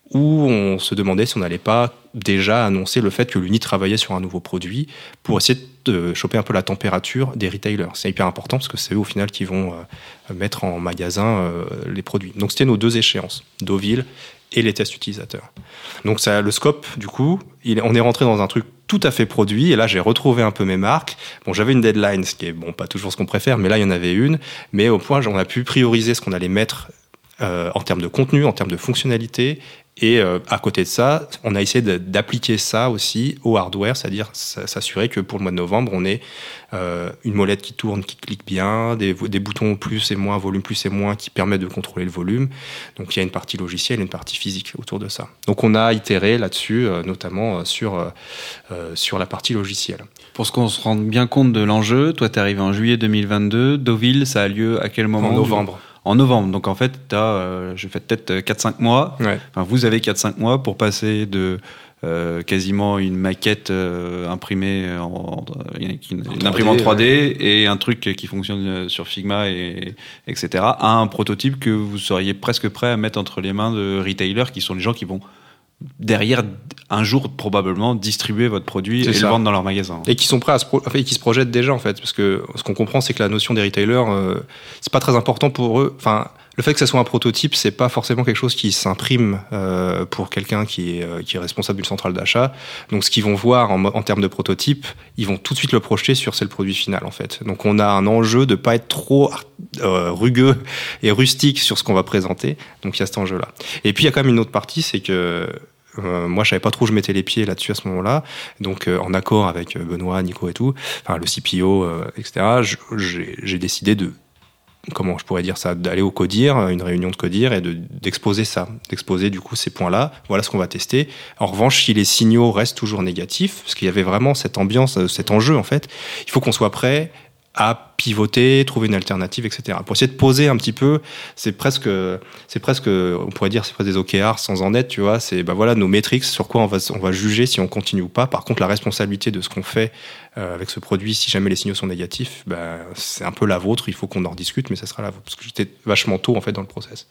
où on se demandait si on n'allait pas déjà annoncer le fait que l'Uni travaillait sur un nouveau produit pour essayer de choper un peu la température des retailers. C'est hyper important parce que c'est eux au final qui vont euh, mettre en magasin euh, les produits. Donc c'était nos deux échéances, Deauville et les tests utilisateurs. Donc ça, le scope, du coup, il, on est rentré dans un truc tout à fait produit, et là j'ai retrouvé un peu mes marques. Bon, j'avais une deadline, ce qui est bon, pas toujours ce qu'on préfère, mais là il y en avait une, mais au point on a pu prioriser ce qu'on allait mettre euh, en termes de contenu, en termes de fonctionnalité. Et euh, à côté de ça, on a essayé de, d'appliquer ça aussi au hardware, c'est-à-dire s'assurer que pour le mois de novembre, on ait euh, une molette qui tourne, qui clique bien, des, des boutons plus et moins, volume plus et moins, qui permettent de contrôler le volume. Donc il y a une partie logicielle et une partie physique autour de ça. Donc on a itéré là-dessus, euh, notamment euh, sur, euh, sur la partie logicielle. Pour ce qu'on se rende bien compte de l'enjeu, toi t'es arrivé en juillet deux mille vingt-deux, Deauville, ça a lieu à quel moment ? En novembre. En novembre, donc en fait, tu as, euh, je fais peut-être quatre cinq mois, ouais. Enfin, vous avez quatre cinq mois pour passer de euh, quasiment une maquette euh, imprimée, en, en, une, une imprimante trois D ouais. et un truc qui fonctionne sur Figma, et, etc., à un prototype que vous seriez presque prêt à mettre entre les mains de retailers qui sont les gens qui vont derrière un jour probablement distribuer votre produit c'est et ça. Le vendre dans leur magasin. Et qui sont prêts à se pro- enfin, qui se projettent déjà en fait, parce que ce qu'on comprend c'est que la notion des retailers euh, c'est pas très important pour eux. Enfin, le fait que ça soit un prototype, c'est pas forcément quelque chose qui s'imprime euh, pour quelqu'un qui est, euh, qui est responsable d'une centrale d'achat. Donc ce qu'ils vont voir en, en termes de prototype, ils vont tout de suite le projeter sur c'est le produit final en fait. Donc on a un enjeu de pas être trop euh, rugueux et rustique sur ce qu'on va présenter. Donc il y a cet enjeu-là. Et puis il y a quand même une autre partie, c'est que Euh, moi, je savais pas trop où je mettais les pieds là-dessus à ce moment-là. Donc, euh, en accord avec Benoît, Nico et tout, enfin le C P O, euh, et cetera. J'ai, j'ai décidé de, comment je pourrais dire ça, d'aller au CODIR, une réunion de CODIR, et de, d'exposer ça, d'exposer du coup ces points-là. Voilà ce qu'on va tester. En revanche, si les signaux restent toujours négatifs, parce qu'il y avait vraiment cette ambiance, cet enjeu en fait, il faut qu'on soit prêt à pivoter, trouver une alternative, et cetera. Pour essayer de poser un petit peu, c'est presque, c'est presque, on pourrait dire, c'est presque des O K R sans en être, tu vois. C'est, bah voilà, nos métriques, sur quoi on va, on va juger si on continue ou pas. Par contre, la responsabilité de ce qu'on fait euh, avec ce produit, si jamais les signaux sont négatifs, bah, c'est un peu la vôtre. Il faut qu'on en rediscute, mais ça sera la vôtre, parce que j'étais vachement tôt en fait dans le process.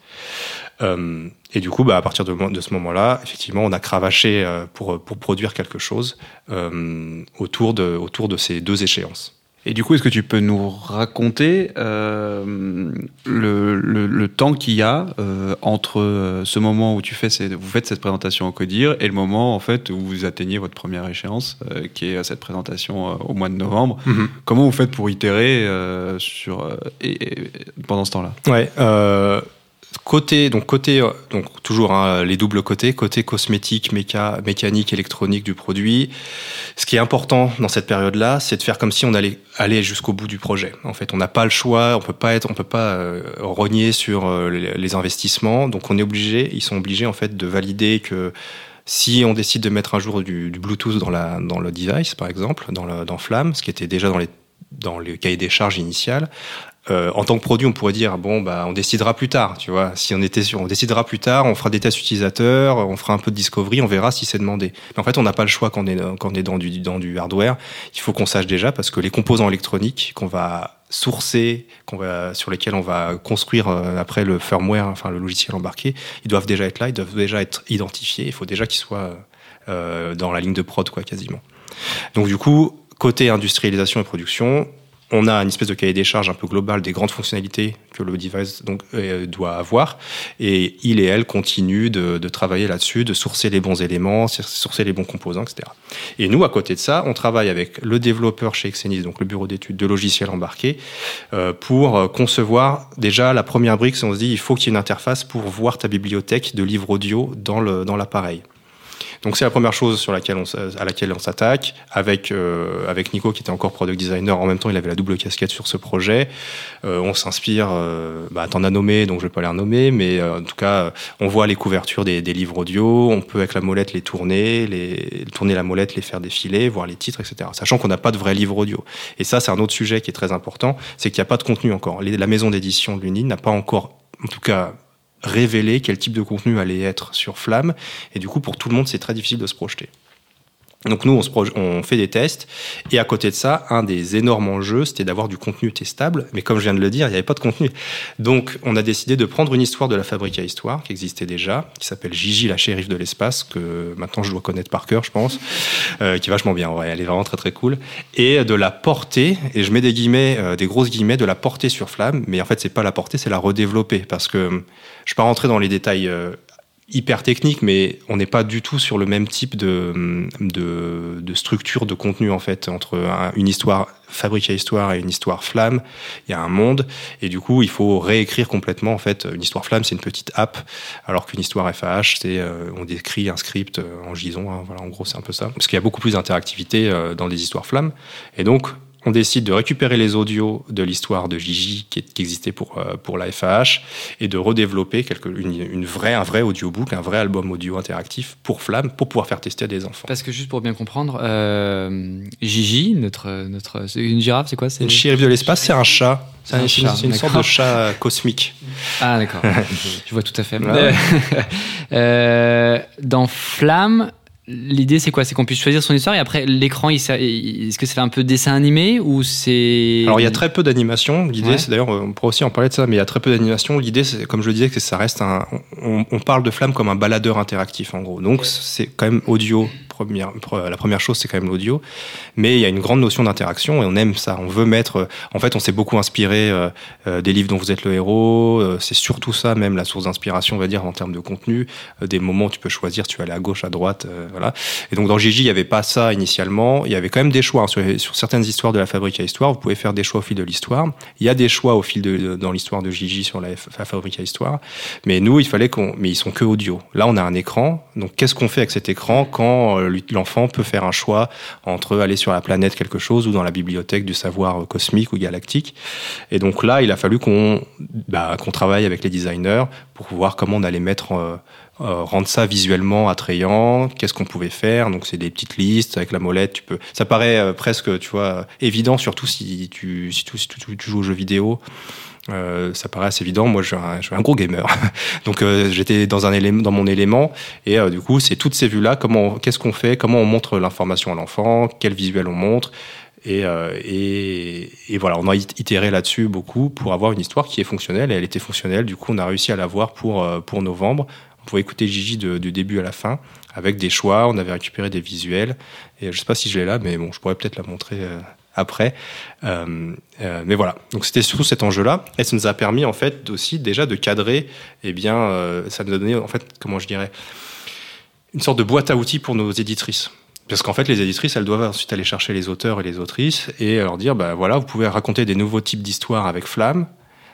Euh, et du coup, bah, à partir de, de ce moment-là, effectivement, on a cravaché euh, pour pour produire quelque chose euh, autour de autour de ces deux échéances. Et du coup, est-ce que tu peux nous raconter euh, le, le, le temps qu'il y a euh, entre ce moment où tu fais ces, vous faites cette présentation au CODIR et le moment en fait où vous atteignez votre première échéance, euh, qui est cette présentation euh, au mois de novembre. Mm-hmm. Comment vous faites pour itérer euh, sur euh, et, et, pendant ce temps-là ? Ouais. Euh... Côté, donc côté, donc toujours hein, les doubles côtés, côté cosmétique, méca, mécanique, électronique du produit. Ce qui est important dans cette période-là, c'est de faire comme si on allait aller jusqu'au bout du projet. En fait, on n'a pas le choix, on peut pas être, on peut pas euh, rogner sur euh, les, les investissements. Donc on est obligé, ils sont obligés en fait de valider que si on décide de mettre un jour du, du Bluetooth dans la dans le device, par exemple, dans le dans Flamme, ce qui était déjà dans les dans le cahier des charges initial. Euh, en tant que produit, on pourrait dire bon bah on décidera plus tard, tu vois. Si on était sur, on décidera plus tard, on fera des tests utilisateurs, on fera un peu de discovery, on verra si c'est demandé. Mais en fait, on n'a pas le choix quand on est quand on est dans du dans du hardware. Il faut qu'on sache déjà parce que les composants électroniques qu'on va sourcer, qu'on va sur lesquels on va construire euh, après le firmware, enfin le logiciel embarqué, ils doivent déjà être là, ils doivent déjà être identifiés. Il faut déjà qu'ils soient euh, dans la ligne de prod quoi, quasiment. Donc du coup, côté industrialisation et production, on a une espèce de cahier des charges un peu global des grandes fonctionnalités que le device donc, euh, doit avoir. Et il et elle continuent de, de travailler là-dessus, de sourcer les bons éléments, sourcer les bons composants, et cetera. Et nous, à côté de ça, on travaille avec le développeur chez Exenis, donc le bureau d'études de logiciels embarqués, euh, pour concevoir déjà la première brique. On se dit, il faut qu'il y ait une interface pour voir ta bibliothèque de livres audio dans, le, dans l'appareil. Donc c'est la première chose sur laquelle on, à laquelle on s'attaque avec euh, avec Nico qui était encore product designer. En même temps, il avait la double casquette sur ce projet. Euh, on s'inspire. Euh, bah, t'en as nommé, donc je vais pas les renommer, mais euh, en tout cas, on voit les couvertures des, des livres audio. On peut avec la molette les tourner, les tourner la molette, les faire défiler, voir les titres, et cetera. Sachant qu'on n'a pas de vrai livre audio. Et ça, c'est un autre sujet qui est très important, c'est qu'il n'y a pas de contenu encore. Les, la maison d'édition de l'Uni n'a pas encore, en tout cas, révéler quel type de contenu allait être sur Flamme. Et du coup, pour tout le monde, c'est très difficile de se projeter. Donc nous, on, se proje- on fait des tests, et à côté de ça, un des énormes enjeux, c'était d'avoir du contenu testable, mais comme je viens de le dire, il n'y avait pas de contenu. Donc on a décidé de prendre une histoire de la Fabrique à Histoire, qui existait déjà, qui s'appelle Gigi, la shérif de l'espace, que maintenant je dois connaître par cœur, je pense, euh, qui est vachement bien, ouais, elle est vraiment très très cool, et de la porter, et je mets des guillemets, euh, des grosses guillemets, de la porter sur Flamme, mais en fait c'est pas la porter, c'est la redévelopper, parce que je ne vais pas rentrer dans les détails euh, hyper technique, mais on n'est pas du tout sur le même type de, de, de structure de contenu, en fait, entre un, une histoire Fabrique à Histoire et une histoire Flamme. Il y a un monde, et du coup, il faut réécrire complètement, en fait. Une histoire Flamme, c'est une petite app, alors qu'une histoire F A H, c'est, euh, on décrit un script en JSON, hein, voilà, en gros, c'est un peu ça. Parce qu'il y a beaucoup plus d'interactivité euh, dans des histoires Flamme. Et donc, on décide de récupérer les audios de l'histoire de Gigi qui, qui existait pour, euh, pour la F A H et de redévelopper quelque, une, une vraie, un vrai audiobook, un vrai album audio interactif pour Flamme, pour pouvoir faire tester à des enfants. Parce que juste pour bien comprendre, euh, Gigi, notre, notre, c'est une girafe, c'est quoi c'est... Une shérif de l'espace, c'est un chat. C'est, un un, chat, c'est une sorte de chat cosmique. Ah d'accord, je vois tout à fait. Ouais. euh, dans Flamme, l'idée, c'est quoi? C'est qu'on puisse choisir son histoire et après, l'écran, il, est-ce que c'est un peu dessin animé ou c'est... Alors, il y a très peu d'animation. L'idée, ouais. c'est d'ailleurs, on pourrait aussi en parler de ça, mais il y a très peu d'animation. L'idée, c'est, comme je le disais, que ça reste un... On, on parle de Flamme comme un baladeur interactif, en gros. Donc, c'est quand même audio. Première, la première chose, c'est quand même l'audio. Mais il y a une grande notion d'interaction et on aime ça. On veut mettre... En fait, on s'est beaucoup inspiré euh, euh, des livres dont vous êtes le héros. Euh, c'est surtout ça, même, la source d'inspiration, on va dire, en termes de contenu. Euh, des moments où tu peux choisir, tu vas aller à gauche, à droite, euh, voilà. Et donc, dans Gigi, il n'y avait pas ça initialement. Il y avait quand même des choix. Hein. Sur, sur certaines histoires de la Fabrique à Histoire, vous pouvez faire des choix au fil de l'histoire. Il y a des choix au fil de... dans l'histoire de Gigi sur la, la Fabrique à Histoire. Mais nous, il fallait qu'on... Mais ils sont que audio. Là, on a un écran. Donc, qu'est-ce qu'on fait avec cet écran quand euh, l'enfant peut faire un choix entre aller sur la planète quelque chose ou dans la bibliothèque du savoir cosmique ou galactique. Et donc là, il a fallu qu'on, bah, qu'on travaille avec les designers pour voir comment on allait mettre, euh, euh, rendre ça visuellement attrayant, qu'est-ce qu'on pouvait faire. Donc c'est des petites listes avec la molette. Tu peux, ça paraît euh, presque, tu vois, évident, surtout si tu, si tu, si tu, tu joues aux jeux vidéo. Euh, ça paraît assez évident. Moi, je suis un, je suis un gros gamer, donc euh, j'étais dans un élément, dans mon élément, et euh, du coup, c'est toutes ces vues-là. Comment, qu'est-ce qu'on fait, comment on montre l'information à l'enfant, quel visuel on montre, et, euh, et, et voilà, on a itéré là-dessus beaucoup pour avoir une histoire qui est fonctionnelle. Et elle était fonctionnelle. Du coup, on a réussi à l'avoir pour pour novembre. On pouvait écouter Gigi de, du début à la fin avec des choix. On avait récupéré des visuels, et je sais pas si je l'ai là, mais bon, je pourrais peut-être la montrer. Euh, après, euh, euh, mais voilà. Donc c'était surtout cet enjeu-là, et ça nous a permis en fait aussi déjà de cadrer. Eh bien, euh, ça nous a donné en fait, comment je dirais, une sorte de boîte à outils pour nos éditrices. Parce qu'en fait, les éditrices, elles doivent ensuite aller chercher les auteurs et les autrices et leur dire, bah voilà, vous pouvez raconter des nouveaux types d'histoires avec Flamme.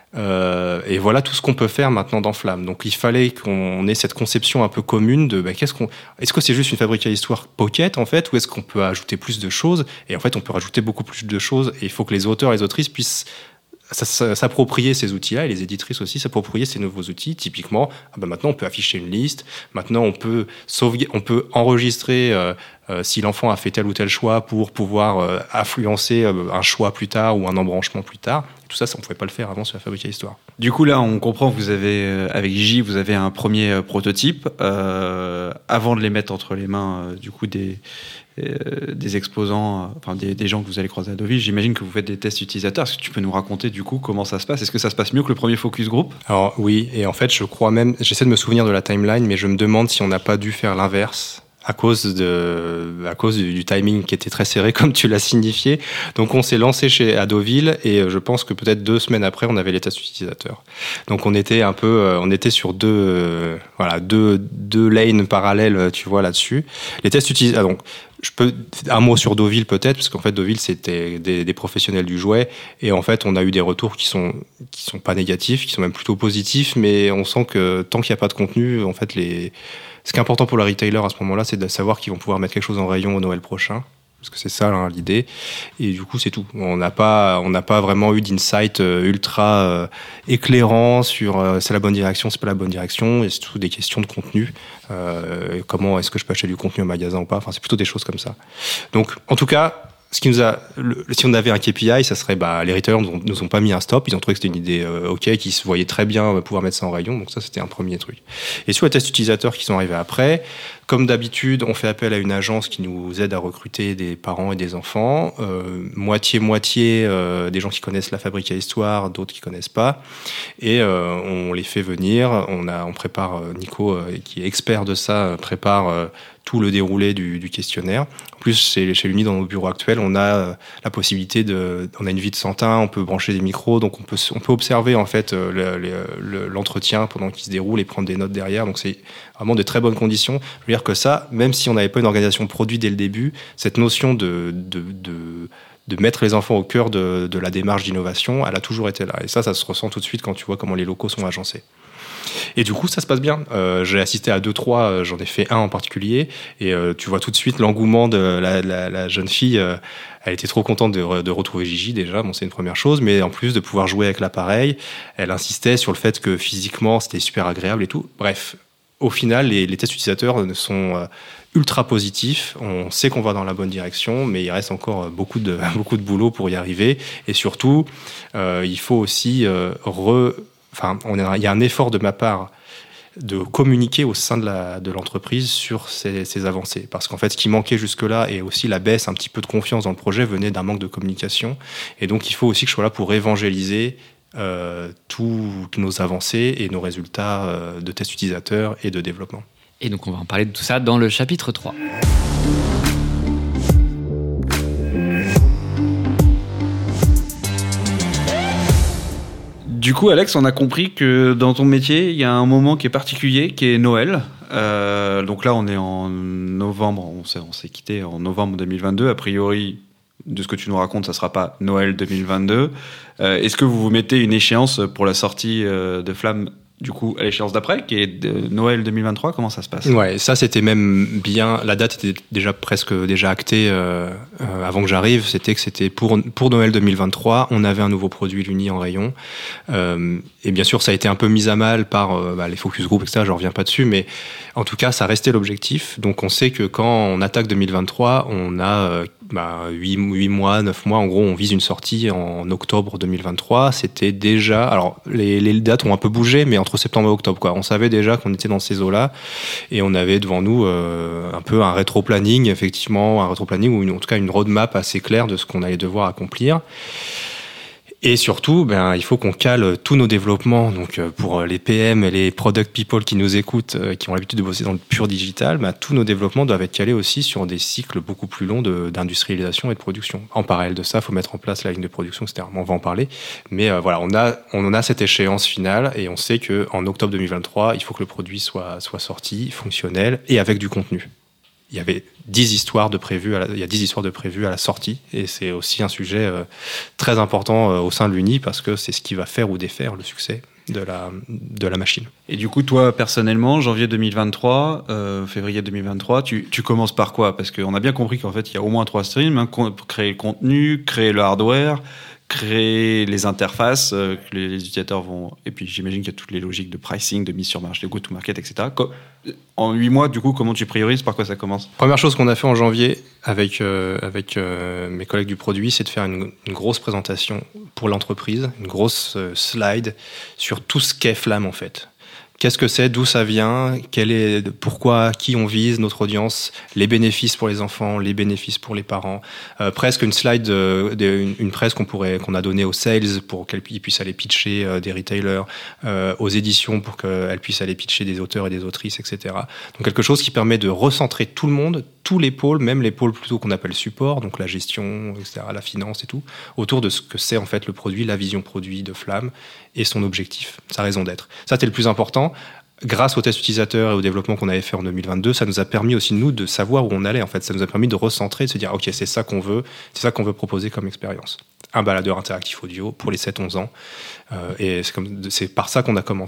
Euh, et voilà tout ce qu'on peut faire maintenant dans Flamme. Donc il fallait qu'on ait cette conception un peu commune de bah, qu'est-ce qu'on, est-ce que c'est juste une Fabrique à Histoire pocket en fait, ou est-ce qu'on peut ajouter plus de choses? Et en fait, on peut rajouter beaucoup plus de choses. Et il faut que les auteurs et les autrices puissent s'approprier ces outils-là, et les éditrices aussi s'approprier ces nouveaux outils. Typiquement, ah ben maintenant on peut afficher une liste, maintenant on peut sauvegarder, on peut enregistrer euh, euh, si l'enfant a fait tel ou tel choix pour pouvoir euh, influencer euh, un choix plus tard ou un embranchement plus tard. Tout ça, ça on pouvait pas le faire avant sur la Fabrique à Histoire. Du coup, là, on comprend que vous avez, euh, avec Gigi, vous avez un premier euh, prototype. Euh, avant de les mettre entre les mains, euh, du coup, des, euh, des exposants, euh, enfin des, des gens que vous allez croiser à Deauville, j'imagine que vous faites des tests utilisateurs. Est-ce que tu peux nous raconter, du coup, comment ça se passe? Est-ce que ça se passe mieux que le premier focus group? Alors oui, et en fait, je crois même, j'essaie de me souvenir de la timeline, mais je me demande si on n'a pas dû faire l'inverse. À cause de, à cause du, du timing qui était très serré, comme tu l'as signifié. Donc, on s'est lancé chez à Deauville, et je pense que peut-être deux semaines après, on avait les tests utilisateurs. Donc, on était un peu, on était sur deux, euh, voilà, deux, deux lanes parallèles, tu vois, là-dessus. Les tests utilisateurs, donc, je peux, un mot sur Deauville peut-être, parce qu'en fait, Deauville, c'était des, des professionnels du jouet, et en fait, on a eu des retours qui sont, qui sont pas négatifs, qui sont même plutôt positifs, mais on sent que tant qu'il n'y a pas de contenu, en fait, les, ce qui est important pour le retailer à ce moment-là, c'est de savoir qu'ils vont pouvoir mettre quelque chose en rayon au Noël prochain, parce que c'est ça hein, l'idée. Et du coup, c'est tout. On n'a pas, on n'a pas vraiment eu d'insight ultra euh, éclairant sur euh, c'est la bonne direction, c'est pas la bonne direction. Et c'est surtout des questions de contenu. Euh, comment est-ce que je peux acheter du contenu au magasin ou pas? Enfin, c'est plutôt des choses comme ça. Donc, en tout cas, ce qui nous a, le, si on avait un K P I, ça serait, bah, les retailers nous ont, nous ont pas mis un stop, ils ont trouvé que c'était une idée euh, ok, qu'ils se voyaient très bien euh, pouvoir mettre ça en rayon, donc ça c'était un premier truc. Et sur les tests utilisateurs qui sont arrivés après, comme d'habitude, on fait appel à une agence qui nous aide à recruter des parents et des enfants, euh, moitié-moitié euh, des gens qui connaissent la fabrique à histoire, d'autres qui connaissent pas, et euh, on les fait venir, on, a, on prépare, euh, Nico, euh, qui est expert de ça, euh, prépare euh, tout le déroulé du, du questionnaire. En plus, chez, chez l'Uni, dans nos bureaux actuels, on a euh, la possibilité de, on a une vie de Santin, on peut brancher des micros, donc on peut, on peut observer en fait euh, le, le, l'entretien pendant qu'il se déroule et prendre des notes derrière. Donc c'est vraiment de très bonnes conditions. Je veux dire que ça, même si on n'avait pas une organisation produit dès le début, cette notion de, de, de de mettre les enfants au cœur de, de la démarche d'innovation, elle a toujours été là. Et ça, ça se ressent tout de suite quand tu vois comment les locaux sont agencés. Et du coup, ça se passe bien. Euh, j'ai assisté à deux, trois, euh, j'en ai fait un en particulier, et euh, tu vois tout de suite l'engouement de la, la, la jeune fille. Euh, elle était trop contente de, de retrouver Gigi déjà, bon, c'est une première chose, mais en plus de pouvoir jouer avec l'appareil, elle insistait sur le fait que physiquement, c'était super agréable et tout. Bref, au final, les, les tests utilisateurs sont euh, ultra positifs. On sait qu'on va dans la bonne direction, mais il reste encore beaucoup de, beaucoup de boulot pour y arriver. Et surtout, euh, il faut aussi euh, re... Enfin, on a, il y a un effort de ma part de communiquer au sein de, la, de l'entreprise sur ces, ces avancées. Parce qu'en fait, ce qui manquait jusque-là, et aussi la baisse un petit peu de confiance dans le projet, venait d'un manque de communication. Et donc, il faut aussi que je sois là pour évangéliser euh, toutes nos avancées et nos résultats euh, de tests utilisateurs et de développement. Et donc, on va en parler de tout ça dans le chapitre trois. Du coup, Alex, on a compris que dans ton métier, il y a un moment qui est particulier, qui est Noël. Euh, donc là, on est en novembre, on s'est, on s'est quitté en novembre deux mille vingt-deux. A priori, de ce que tu nous racontes, ça ne sera pas Noël deux mille vingt-deux. Euh, est-ce que vous vous mettez une échéance pour la sortie euh, de Flamme, du coup, à l'échéance d'après, qui est de Noël deux mille vingt-trois? Comment ça se passe? Ouais, ça c'était même bien. La date était déjà presque déjà actée euh, euh, avant que j'arrive. C'était que c'était pour pour Noël deux mille vingt-trois. On avait un nouveau produit Luni en rayon. Euh, et bien sûr, ça a été un peu mis à mal par euh, bah, les focus group, et cetera. Je reviens pas dessus, mais en tout cas, ça restait l'objectif. Donc, on sait que quand on attaque deux mille vingt-trois, on a euh, bah, huit mois, neuf mois. En gros, on vise une sortie en octobre deux mille vingt-trois. C'était déjà. Alors, les, les dates ont un peu bougé, mais entre septembre et octobre, quoi. On savait déjà qu'on était dans ces eaux-là, et on avait devant nous euh, un peu un rétro-planning, effectivement, un rétro-planning ou une, en tout cas une roadmap assez claire de ce qu'on allait devoir accomplir. Et surtout, ben, il faut qu'on cale tous nos développements. Donc, pour les P M et les product people qui nous écoutent, qui ont l'habitude de bosser dans le pur digital, ben, tous nos développements doivent être calés aussi sur des cycles beaucoup plus longs de, d'industrialisation et de production. En parallèle de ça, il faut mettre en place la ligne de production, et cetera. On va en parler. Mais euh, voilà, on a, on a cette échéance finale, et on sait qu'en octobre deux mille vingt-trois, il faut que le produit soit, soit sorti, fonctionnel et avec du contenu. Il y avait dix histoires de prévues à la, il y a dix histoires de prévues à la sortie, et c'est aussi un sujet euh, très important euh, au sein de l'Uni, parce que c'est ce qui va faire ou défaire le succès de la, de la machine. Et du coup, toi, personnellement, janvier deux mille vingt-trois, euh, février deux mille vingt-trois, tu, tu commences par quoi? Parce qu'on a bien compris qu'en fait, il y a au moins trois streams, hein, créer le contenu, créer le hardware, créer les interfaces euh, que les, les utilisateurs vont... Et puis j'imagine qu'il y a toutes les logiques de pricing, de mise sur marché, de go-to-market, et cetera. En huit mois, du coup, comment tu priorises? Par quoi ça commence? Première chose qu'on a fait en janvier avec, euh, avec euh, mes collègues du produit, c'est de faire une, une grosse présentation pour l'entreprise, une grosse euh, slide sur tout ce qu'est Flamme, en fait. Qu'est-ce que c'est, d'où ça vient, quel est, pourquoi, qui on vise, notre audience, les bénéfices pour les enfants, les bénéfices pour les parents. Euh, presque une slide, euh, de, une, une presse qu'on pourrait, qu'on a donnée aux sales pour qu'ils puissent aller pitcher euh, des retailers, euh, aux éditions pour qu'elles puissent aller pitcher des auteurs et des autrices, et cetera. Donc quelque chose qui permet de recentrer tout le monde, tous les pôles, même les pôles plutôt qu'on appelle support, donc la gestion, et cetera, la finance et tout, autour de ce que c'est en fait le produit, la vision produit de Flamme et son objectif, sa raison d'être. Ça, c'était le plus important. Grâce aux tests utilisateurs et au développement qu'on avait fait en deux mille vingt-deux, ça nous a permis aussi, nous, de savoir où on allait. En fait, ça nous a permis de recentrer, de se dire, OK, c'est ça qu'on veut, c'est ça qu'on veut proposer comme expérience. Un baladeur interactif audio pour les sept onze ans. Euh, et c'est, comme, c'est par ça qu'on a commencé.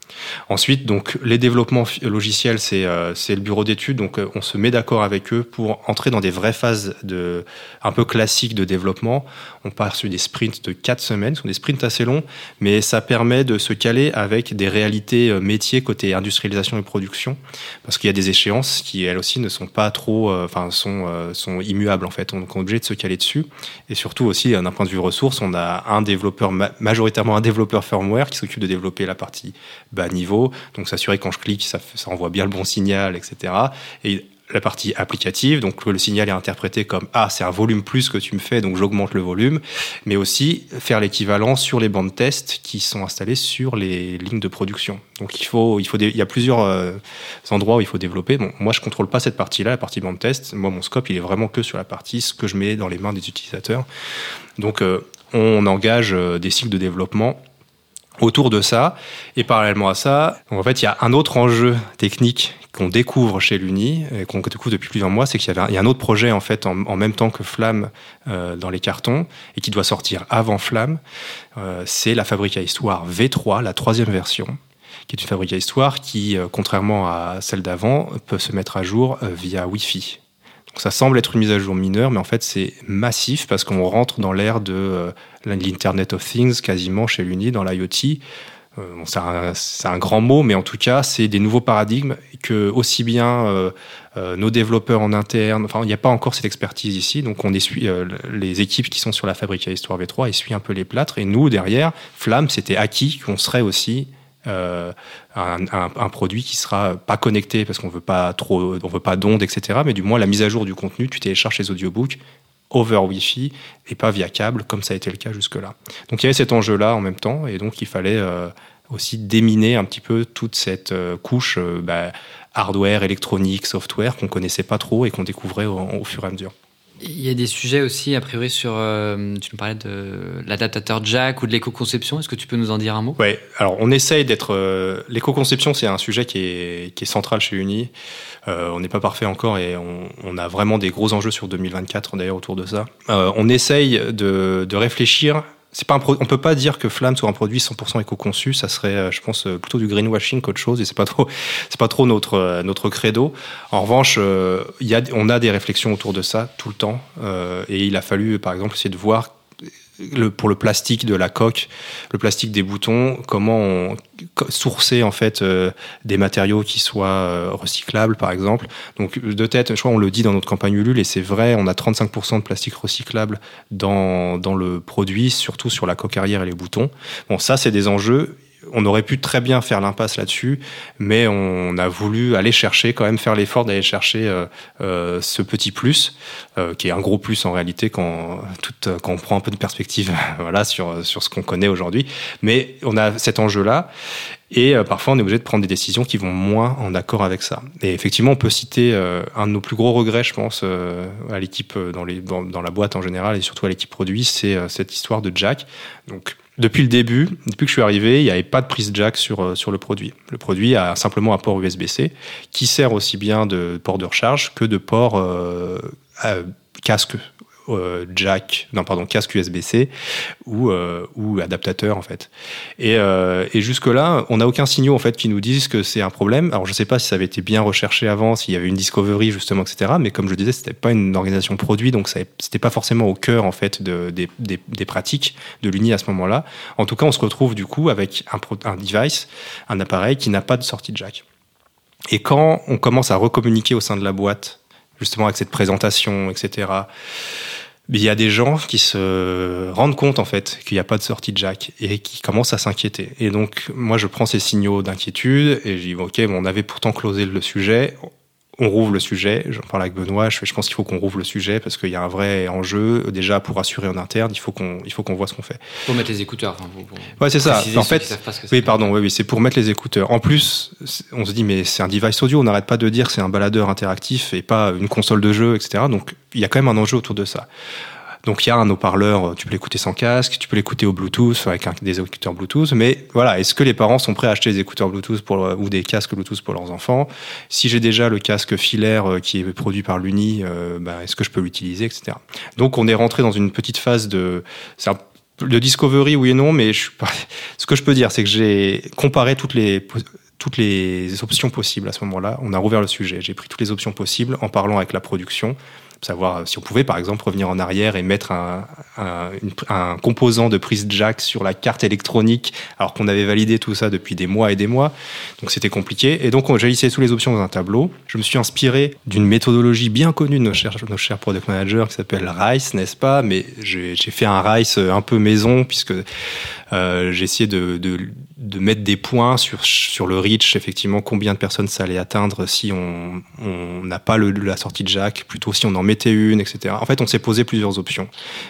Ensuite, donc, les développements logiciels, c'est, euh, c'est le bureau d'études. Donc, euh, on se met d'accord avec eux pour entrer dans des vraies phases de, un peu classiques de développement. On part sur des sprints de quatre semaines. Ce sont des sprints assez longs, mais ça permet de se caler avec des réalités euh, métiers côté industrialisation et production. Parce qu'il y a des échéances qui, elles aussi, ne sont pas trop, euh, enfin, sont, euh, sont immuables, en fait. Donc, on est obligé de se caler dessus. Et surtout aussi, d'un point de vue ressources, on a un développeur, ma- majoritairement un développeur firmware qui s'occupe de développer la partie bas niveau, donc s'assurer que quand je clique, ça, ça envoie bien le bon signal, et cetera. Et la partie applicative, donc le signal est interprété comme « Ah, c'est un volume plus que tu me fais, donc j'augmente le volume », mais aussi faire l'équivalent sur les bancs de test qui sont installés sur les lignes de production. Donc il, faut, il, faut des, il y a plusieurs euh, endroits où il faut développer. Bon, moi, je ne contrôle pas cette partie-là, la partie banc de test. Moi, mon scope, il est vraiment que sur la partie ce que je mets dans les mains des utilisateurs. Donc euh, on engage euh, des cycles de développement autour de ça, et parallèlement à ça, donc en fait, il y a un autre enjeu technique qu'on découvre chez l'Uni, et qu'on découvre depuis plusieurs mois, c'est qu'il y avait un, il y a un autre projet en fait en, en même temps que Flamme euh, dans les cartons, et qui doit sortir avant Flamme. Euh, c'est la fabrique à histoire V trois, la troisième version, qui est une fabrique à histoire qui, euh, contrairement à celle d'avant, peut se mettre à jour euh, via Wi-Fi. Donc ça semble être une mise à jour mineure, mais en fait c'est massif parce qu'on rentre dans l'ère de euh, l'Internet of Things quasiment chez l'Uni, dans l'IoT. Euh, bon, c'est, un, c'est un grand mot, mais en tout cas c'est des nouveaux paradigmes que aussi bien euh, euh, nos développeurs en interne, enfin il n'y a pas encore cette expertise ici, donc on essuie euh, les équipes qui sont sur la fabrique à histoire V trois essuient un peu les plâtres, et nous derrière, Flamme, c'était acquis qu'on serait aussi Euh, un, un, un produit qui sera pas connecté parce qu'on veut pas trop, on veut pas d'ondes, et cetera. Mais du moins la mise à jour du contenu, tu télécharges les audiobooks over Wi-Fi et pas via câble comme ça a été le cas jusque-là. Donc il y avait cet enjeu-là en même temps, et donc il fallait euh, aussi déminer un petit peu toute cette euh, couche euh, bah, hardware, électronique, software qu'on connaissait pas trop et qu'on découvrait au, au fur et à mesure. Il y a des sujets aussi, a priori, sur. Euh, tu nous parlais de l'adaptateur jack ou de l'éco-conception. Est-ce que tu peux nous en dire un mot ? Oui, alors on essaye d'être. Euh, l'éco-conception, c'est un sujet qui est, qui est central chez Uni. Euh, on n'est pas parfait encore et on, on a vraiment des gros enjeux sur deux mille vingt-quatre d'ailleurs autour de ça. Euh, on essaye de, de réfléchir. C'est pas un pro- on peut pas dire que Flamme soit un produit cent pour cent éco-conçu, ça serait, je pense, plutôt du greenwashing qu'autre chose, et c'est pas trop, c'est pas trop notre notre credo. En revanche, euh, il y a, on a des réflexions autour de ça tout le temps, euh, et il a fallu, par exemple, essayer de voir le, pour le plastique de la coque, le plastique des boutons, comment on sourcer en fait euh, des matériaux qui soient euh, recyclables, par exemple. Donc de tête, je crois on le dit dans notre campagne Ulule, et c'est vrai, on a trente-cinq pour cent de plastique recyclable dans dans le produit, surtout sur la coque arrière et les boutons. Bon, ça c'est des enjeux. On aurait pu très bien faire l'impasse là-dessus, mais on a voulu aller chercher, quand même faire l'effort d'aller chercher euh, euh, ce petit plus, euh, qui est un gros plus en réalité quand, tout, quand on prend un peu de perspective voilà, sur, sur ce qu'on connaît aujourd'hui. Mais on a cet enjeu-là, et euh, parfois on est obligé de prendre des décisions qui vont moins en accord avec ça. Et effectivement, on peut citer euh, un de nos plus gros regrets, je pense, euh, à l'équipe, dans, les, dans, dans la boîte en général, et surtout à l'équipe produit, c'est euh, cette histoire de jack. Donc, depuis le début, depuis que je suis arrivé, il n'y avait pas de prise jack sur, sur le produit. Le produit a simplement un port U S B C qui sert aussi bien de port de recharge que de port euh, casque euh, jack, non pardon, casque U S B C ou, euh, ou adaptateur en fait. Et, euh, et jusque-là, on n'a aucun signal en fait qui nous disent que c'est un problème. Alors je ne sais pas si ça avait été bien recherché avant, s'il y avait une discovery justement, et cetera. Mais comme je le disais, c'était pas une organisation produit, donc ça, c'était pas forcément au cœur en fait de, des, des, des pratiques de l'Uni à ce moment-là. En tout cas, on se retrouve du coup avec un, un device, un appareil qui n'a pas de sortie jack. Et quand on commence à recommuniquer au sein de la boîte, justement avec cette présentation, et cetera, il y a des gens qui se rendent compte en fait qu'il n'y a pas de sortie jack et qui commencent à s'inquiéter. Et donc moi je prends ces signaux d'inquiétude et je dis ok, bon, on avait pourtant closé le sujet, on rouvre le sujet. J'en parle avec Benoît, je, fais, je pense qu'il faut qu'on rouvre le sujet parce qu'il y a un vrai enjeu déjà pour assurer en interne. Il faut qu'on, il faut qu'on voit ce qu'on fait. Pour mettre les écouteurs. Enfin, pour, pour ouais, c'est ça. En fait, oui, pardon, oui, oui, c'est pour mettre les écouteurs. En plus, on se dit mais c'est un device audio. On n'arrête pas de dire que c'est un baladeur interactif et pas une console de jeu, et cetera. Donc il y a quand même un enjeu autour de ça. Donc il y a un haut-parleur, tu peux l'écouter sans casque, tu peux l'écouter au Bluetooth, avec un, des écouteurs Bluetooth, mais voilà, est-ce que les parents sont prêts à acheter des écouteurs Bluetooth pour, ou des casques Bluetooth pour leurs enfants ? Si j'ai déjà le casque filaire qui est produit par l'Uni, euh, bah, est-ce que je peux l'utiliser, et cetera. Donc on est rentré dans une petite phase de... C'est un, Le discovery, oui et non, mais je suis pas... ce que je peux dire, c'est que j'ai comparé toutes les, toutes les options possibles à ce moment-là. On a rouvert le sujet. J'ai pris toutes les options possibles en parlant avec la production, savoir si on pouvait, par exemple, revenir en arrière et mettre un, un, une, un composant de prise jack sur la carte électronique, alors qu'on avait validé tout ça depuis des mois et des mois. Donc, c'était compliqué. Et donc, j'ai listé toutes les options dans un tableau. Je me suis inspiré d'une méthodologie bien connue de nos chers, nos chers product managers qui s'appelle RICE, n'est-ce pas? Mais j'ai, j'ai fait un RICE un peu maison, puisque euh, j'ai essayé de, de, de mettre des points sur, sur le reach, effectivement, combien de personnes ça allait atteindre si on n'a pas le, la sortie de jack, plutôt si on en mettait une, et cetera. En fait, on s'est posé plusieurs options.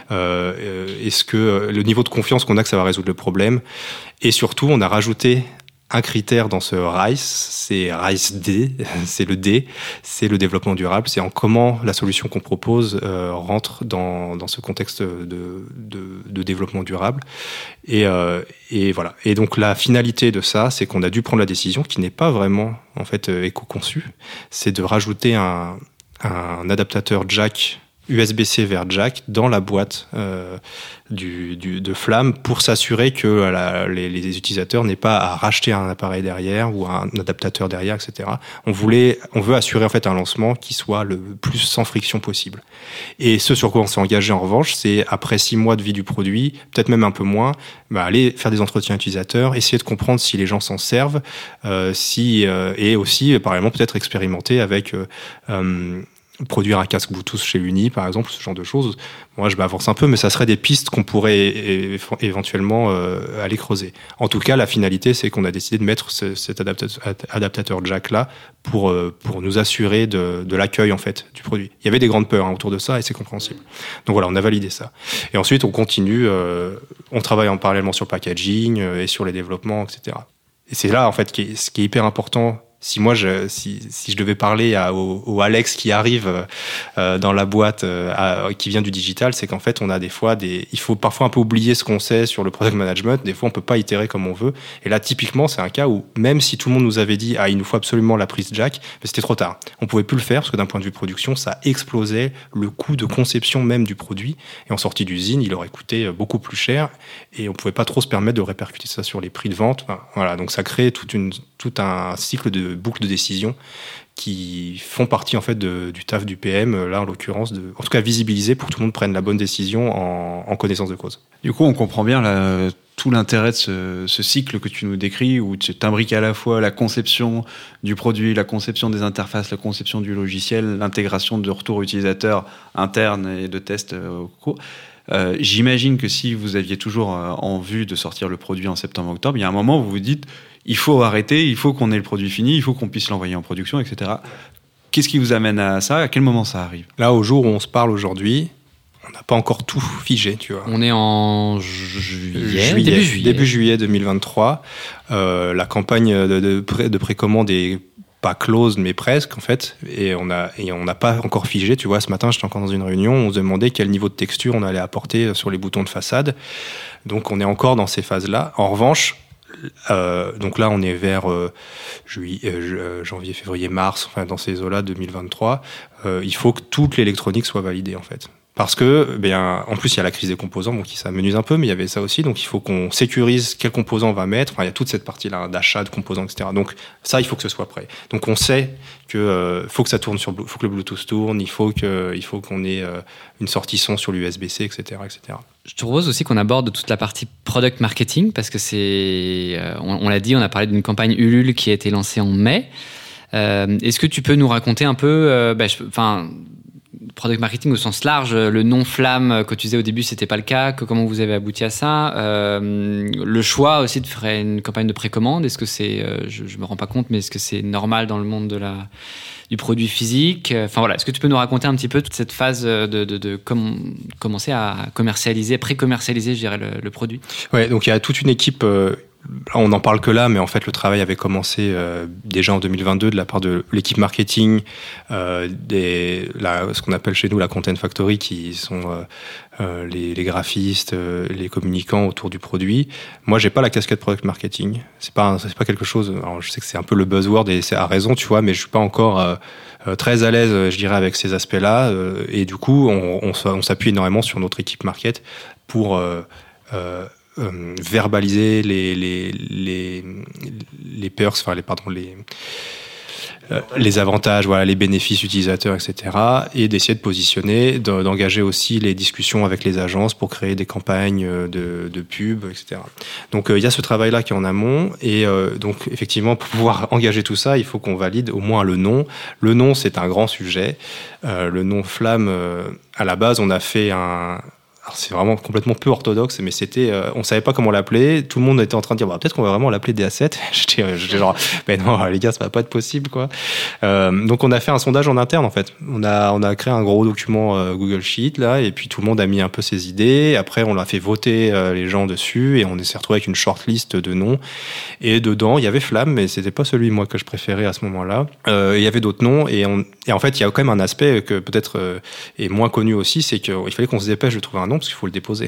Euh, est-ce que le niveau de confiance qu'on a que ça va résoudre le problème? Et surtout, on a rajouté un critère dans ce RICE, c'est RICE D, c'est le D, c'est le développement durable, c'est en comment la solution qu'on propose euh, rentre dans, dans ce contexte de, de, de développement durable. Et, euh, et voilà. Et donc la finalité de ça, c'est qu'on a dû prendre la décision, qui n'est pas vraiment en fait euh, éco-conçue, c'est de rajouter un, un adaptateur jack U S B-C vers jack dans la boîte euh, du, du, de Flamme pour s'assurer que la, les, les utilisateurs n'aient pas à racheter un appareil derrière ou un adaptateur derrière, et cetera. On voulait, on veut assurer en fait un lancement qui soit le plus sans friction possible. Et ce sur quoi on s'est engagé en revanche, c'est après six mois de vie du produit, peut-être même un peu moins, bah, aller faire des entretiens utilisateurs, essayer de comprendre si les gens s'en servent, euh, si euh, et aussi par exemple peut-être expérimenter avec euh, euh, produire un casque Bluetooth chez Uni, par exemple, ce genre de choses. Moi, je m'avance un peu, mais ça serait des pistes qu'on pourrait é- é- éventuellement euh, aller creuser. En tout cas, la finalité, c'est qu'on a décidé de mettre ce, cet adaptateur, adaptateur jack-là pour, euh, pour nous assurer de, de l'accueil, en fait, du produit. Il y avait des grandes peurs hein, autour de ça, et c'est compréhensible. Donc voilà, on a validé ça. Et ensuite, on continue, euh, on travaille en parallèlement sur le packaging euh, et sur les développements, et cetera. Et c'est là, en fait, qui est, ce qui est hyper important. Si moi, je, si, si je devais parler à, au, au Alex qui arrive euh, dans la boîte, euh, à, qui vient du digital, c'est qu'en fait, on a des fois des, il faut parfois un peu oublier ce qu'on sait sur le product management. Des fois, on peut pas itérer comme on veut. Et là, typiquement, c'est un cas où même si tout le monde nous avait dit, ah, il nous faut absolument la prise jack, mais c'était trop tard. On pouvait plus le faire parce que d'un point de vue production, ça explosait le coût de conception même du produit. Et en sortie d'usine, il aurait coûté beaucoup plus cher et on pouvait pas trop se permettre de répercuter ça sur les prix de vente. Enfin, voilà. Donc, ça crée toute une, tout un cycle de boucle de décision qui font partie en fait de, du taf du P M, là en l'occurrence, de, en tout cas visibiliser pour que tout le monde prenne la bonne décision en, en connaissance de cause. Du coup, on comprend bien la, tout l'intérêt de ce, ce cycle que tu nous décris, où tu imbriques à la fois la conception du produit, la conception des interfaces, la conception du logiciel, l'intégration de retours utilisateurs internes et de tests au cours. Euh, j'imagine que si vous aviez toujours en vue de sortir le produit en septembre-octobre, il y a un moment où vous vous dites il faut arrêter, il faut qu'on ait le produit fini, il faut qu'on puisse l'envoyer en production, et cetera. Qu'est-ce qui vous amène à ça? À quel moment ça arrive? Là, au jour où on se parle aujourd'hui, on n'a pas encore tout figé, tu vois. On est en ju- juillet, juillet, début juillet. Début juillet deux mille vingt-trois. Euh, la campagne de, de, pré, de précommande est pas close, mais presque, en fait. Et on a, et on n'a pas encore figé, tu vois. Ce matin, j'étais encore dans une réunion, on se demandait quel niveau de texture on allait apporter sur les boutons de façade. Donc, on est encore dans ces phases-là. En revanche, Euh, donc là, on est vers euh, juillet, euh, janvier, février, mars, enfin dans ces eaux-là, deux mille vingt-trois. Euh, il faut que toute l'électronique soit validée en fait. Parce que, bien, en plus, il y a la crise des composants, bon, qui s'amenuise un peu, mais il y avait ça aussi. Donc, il faut qu'on sécurise quels composants on va mettre. Enfin, il y a toute cette partie-là d'achat de composants, et cetera. Donc, ça, il faut que ce soit prêt. Donc, on sait que euh, faut que ça tourne sur, faut que le Bluetooth tourne. Il faut que, il faut qu'on ait euh, une sortie son sur l'U S B-C, et cetera, et cetera. Je te propose aussi qu'on aborde toute la partie product marketing parce que c'est, euh, on, on l'a dit, on a parlé d'une campagne Ulule qui a été lancée en mai. Euh, est-ce que tu peux nous raconter un peu, euh, bah, enfin. Product marketing au sens large, le nom Flamme que tu disais au début, c'était pas le cas, que comment vous avez abouti à ça, euh, le choix aussi de faire une campagne de précommande, est-ce que c'est, euh, je, je me rends pas compte, mais est-ce que c'est normal dans le monde de la, du produit physique, enfin voilà, est-ce que tu peux nous raconter un petit peu toute cette phase de, de, de com- commencer à commercialiser, pré-commercialiser, je dirais, le, le produit? Ouais, donc il y a toute une équipe. Euh On n'en parle que là, mais en fait, le travail avait commencé euh, déjà en deux mille vingt-deux de la part de l'équipe marketing, euh, des, la, ce qu'on appelle chez nous la Content Factory, qui sont euh, euh, les, les graphistes, euh, les communicants autour du produit. Moi, j'ai pas la casquette product marketing. C'est pas, c'est pas quelque chose. Alors, je sais que c'est un peu le buzzword et c'est à raison, tu vois, mais je suis pas encore euh, euh, très à l'aise, je dirais, avec ces aspects-là. Euh, et du coup, on, on, on s'appuie énormément sur notre équipe market pour euh, euh, euh, verbaliser les les les les perks, enfin les pardon les Euh, les avantages, voilà, les bénéfices utilisateurs, et cetera. Et d'essayer de positionner, de, d'engager aussi les discussions avec les agences pour créer des campagnes de, de pub, et cetera. Donc il euh, y a ce travail-là qui est en amont. Et euh, donc effectivement, pour pouvoir engager tout ça, il faut qu'on valide au moins le nom. Le nom, c'est un grand sujet. Euh, le nom Flamme, euh, à la base, on a fait un... Alors c'est vraiment complètement peu orthodoxe, mais c'était, euh, on savait pas comment l'appeler. Tout le monde était en train de dire, bah, peut-être qu'on va vraiment l'appeler D A sept. j'étais, j'étais genre, mais non, les gars, ça va pas être possible, quoi. Euh, donc on a fait un sondage en interne, en fait. On a, on a créé un gros document euh, Google Sheet là, et puis tout le monde a mis un peu ses idées. Après, on l'a fait voter euh, les gens dessus, et on s'est retrouvé avec une shortlist de noms. Et dedans, il y avait Flamme, mais c'était pas celui moi que je préférais à ce moment-là. Euh, il y avait d'autres noms, et, on, et en fait, il y a quand même un aspect que peut-être euh, est moins connu aussi, c'est qu'il fallait qu'on se dépêche de trouver un nom, parce qu'il faut le déposer.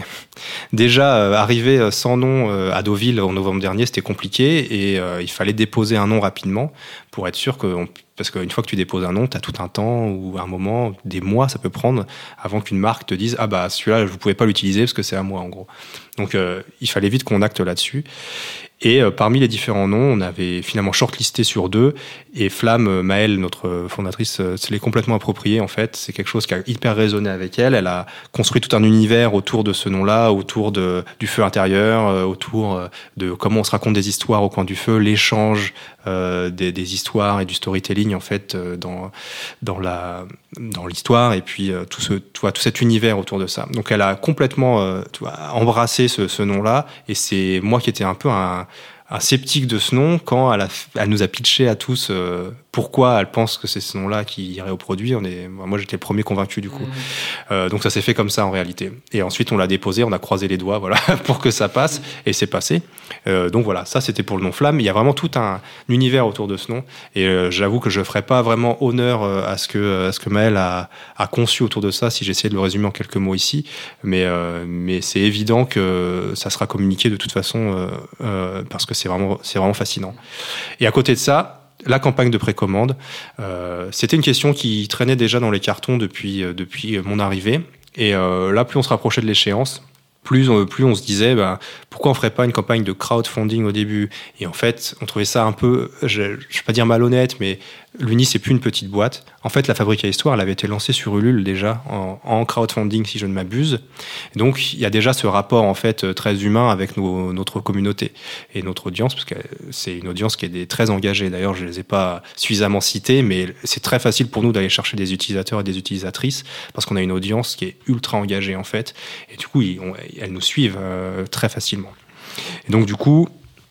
Déjà, euh, arriver sans nom euh, à Deauville en novembre dernier, c'était compliqué, et euh, il fallait déposer un nom rapidement pour être sûr que... On, parce qu'une fois que tu déposes un nom, tu as tout un temps ou un moment, des mois, ça peut prendre avant qu'une marque te dise « Ah bah celui-là, vous pouvez pas l'utiliser parce que c'est à moi, en gros. » Donc, euh, il fallait vite qu'on acte là-dessus. Et euh, parmi les différents noms, on avait finalement shortlisté sur deux. Et Flamme, euh, Maëlle, notre fondatrice, euh, se l'est complètement approprié, en fait. C'est quelque chose qui a hyper résonné avec elle. Elle a construit tout un univers autour de ce nom-là, autour de, du feu intérieur, euh, autour euh, de comment on se raconte des histoires au coin du feu, l'échange euh, des, des histoires et du storytelling, en fait, euh, dans, dans, la, dans l'histoire. Et puis, euh, tout, ce, tu vois, tout cet univers autour de ça. Donc, elle a complètement euh, tu vois, embrassé ce, ce nom-là. Et c'est moi qui étais un peu un... un sceptique de ce nom quand elle, a, elle nous a pitché à tous euh, pourquoi elle pense que c'est ce nom-là qui irait au produit. On est, moi, j'étais le premier convaincu du coup. Mmh. Euh, donc ça s'est fait comme ça en réalité. Et ensuite, on l'a déposé, on a croisé les doigts, voilà, pour que ça passe, et c'est passé. Euh, donc voilà, ça c'était pour le nom Flamme. Il y a vraiment tout un, un univers autour de ce nom. Et euh, j'avoue que je ferais pas vraiment honneur euh, à ce que à ce que Maëlle a, a conçu autour de ça si j'essayais de le résumer en quelques mots ici. Mais euh, mais c'est évident que ça sera communiqué de toute façon euh, euh, parce que c'est vraiment c'est vraiment fascinant. Et à côté de ça, la campagne de précommande, euh, c'était une question qui traînait déjà dans les cartons depuis, euh, depuis mon arrivée. Et euh, là, plus on se rapprochait de l'échéance, plus on, plus on se disait, bah, pourquoi on ferait pas une campagne de crowdfunding au début ? Et en fait, on trouvait ça un peu, je ne vais pas dire malhonnête, mais l'Uni, c'est plus une petite boîte. En fait, la Fabrique à Histoire, elle avait été lancée sur Ulule déjà, en, en crowdfunding, si je ne m'abuse. Et donc, il y a déjà ce rapport, en fait, très humain avec nos, notre communauté et notre audience, parce que c'est une audience qui est très engagée. D'ailleurs, je ne les ai pas suffisamment cités, mais c'est très facile pour nous d'aller chercher des utilisateurs et des utilisatrices, parce qu'on a une audience qui est ultra engagée, en fait. Et du coup, ils, on, elles nous suivent euh, très facilement. Et donc, du coup...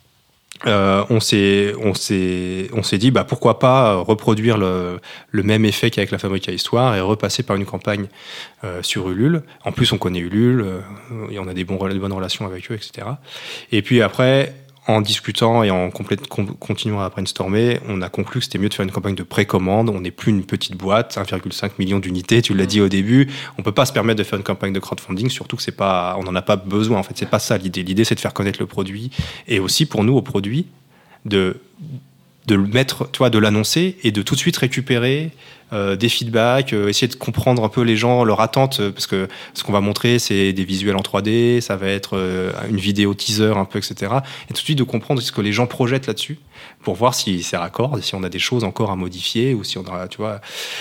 Euh, on s'est, on s'est, on s'est dit bah pourquoi pas reproduire le, le même effet qu'avec la Fabrique à Histoire et repasser par une campagne euh, sur Ulule. En plus, on connaît Ulule, euh, et on a des, bons, des bonnes relations avec eux, et cetera. Et puis après, en discutant et en complète, continuant à brainstormer, on a conclu que c'était mieux de faire une campagne de précommande. On n'est plus une petite boîte, un virgule cinq million d'unités, tu l'as dit au début. On peut pas se permettre de faire une campagne de crowdfunding, surtout que c'est pas, on n'en a pas besoin. En fait, c'est pas ça l'idée. L'idée, c'est de faire connaître le produit et aussi pour nous au produit de de le mettre, tu vois, de l'annoncer et de tout de suite récupérer euh, des feedbacks, euh, essayer de comprendre un peu les gens, leur attente, euh, parce que ce qu'on va montrer, c'est des visuels en trois D, ça va être euh, une vidéo teaser un peu, et cetera. Et tout de suite de comprendre ce que les gens projettent là-dessus pour voir si c'est raccord, si on a des choses encore à modifier ou si on a, tu vois...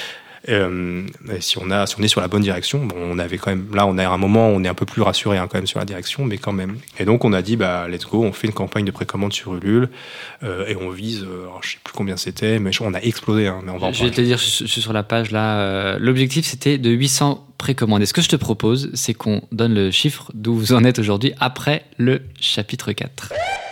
Euh, si on a, si on est sur la bonne direction, bon, on avait quand même, là, on a un moment, où on est un peu plus rassuré hein, quand même sur la direction, mais quand même. Et donc, on a dit, bah, let's go, on fait une campagne de précommande sur Ulule euh, et on vise, euh, alors, je sais plus combien c'était, mais on a explosé. Hein, mais on va en je vais te dire, je suis sur la page là. Euh, l'objectif, c'était de huit cents précommandes. Et ce que je te propose, c'est qu'on donne le chiffre d'où vous en êtes aujourd'hui après le chapitre quatre.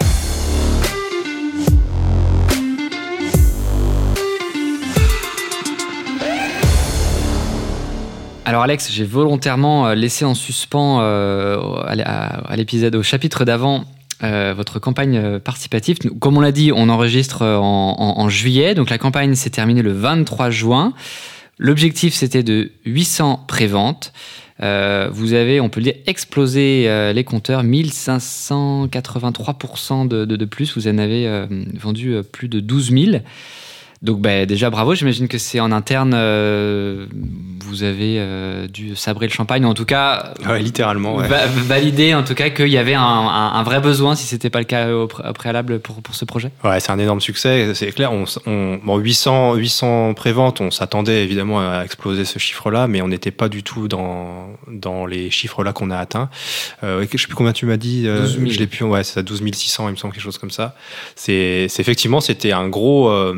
Alors Alex, j'ai volontairement laissé en suspens euh, à l'épisode, au chapitre d'avant, euh, votre campagne participative. Comme on l'a dit, on enregistre en, en, en juillet, donc la campagne s'est terminée le vingt-trois juin. L'objectif, c'était de huit cents préventes. Euh, vous avez, on peut le dire, explosé euh, les compteurs, mille cinq cent quatre-vingt-trois pour cent de, de, de plus. Vous en avez euh, vendu euh, plus de douze mille. Donc bah, déjà bravo, j'imagine que c'est en interne, euh, vous avez euh, dû sabrer le champagne, ou en tout cas ouais, littéralement ouais. va- valider en tout cas qu'il y avait un, un, un vrai besoin, si c'était pas le cas au, pré- au préalable pour, pour ce projet. Ouais, c'est un énorme succès, c'est clair. On, on, bon, huit cents, huit cents préventes, on s'attendait évidemment à exploser ce chiffre-là, mais on n'était pas du tout dans, dans les chiffres-là qu'on a atteints. Euh, je sais plus combien tu m'as dit, euh, douze mille. Je l'ai plus, ouais, c'est à douze mille six cents, il me semble, quelque chose comme ça. C'est, c'est effectivement, c'était un gros... Euh,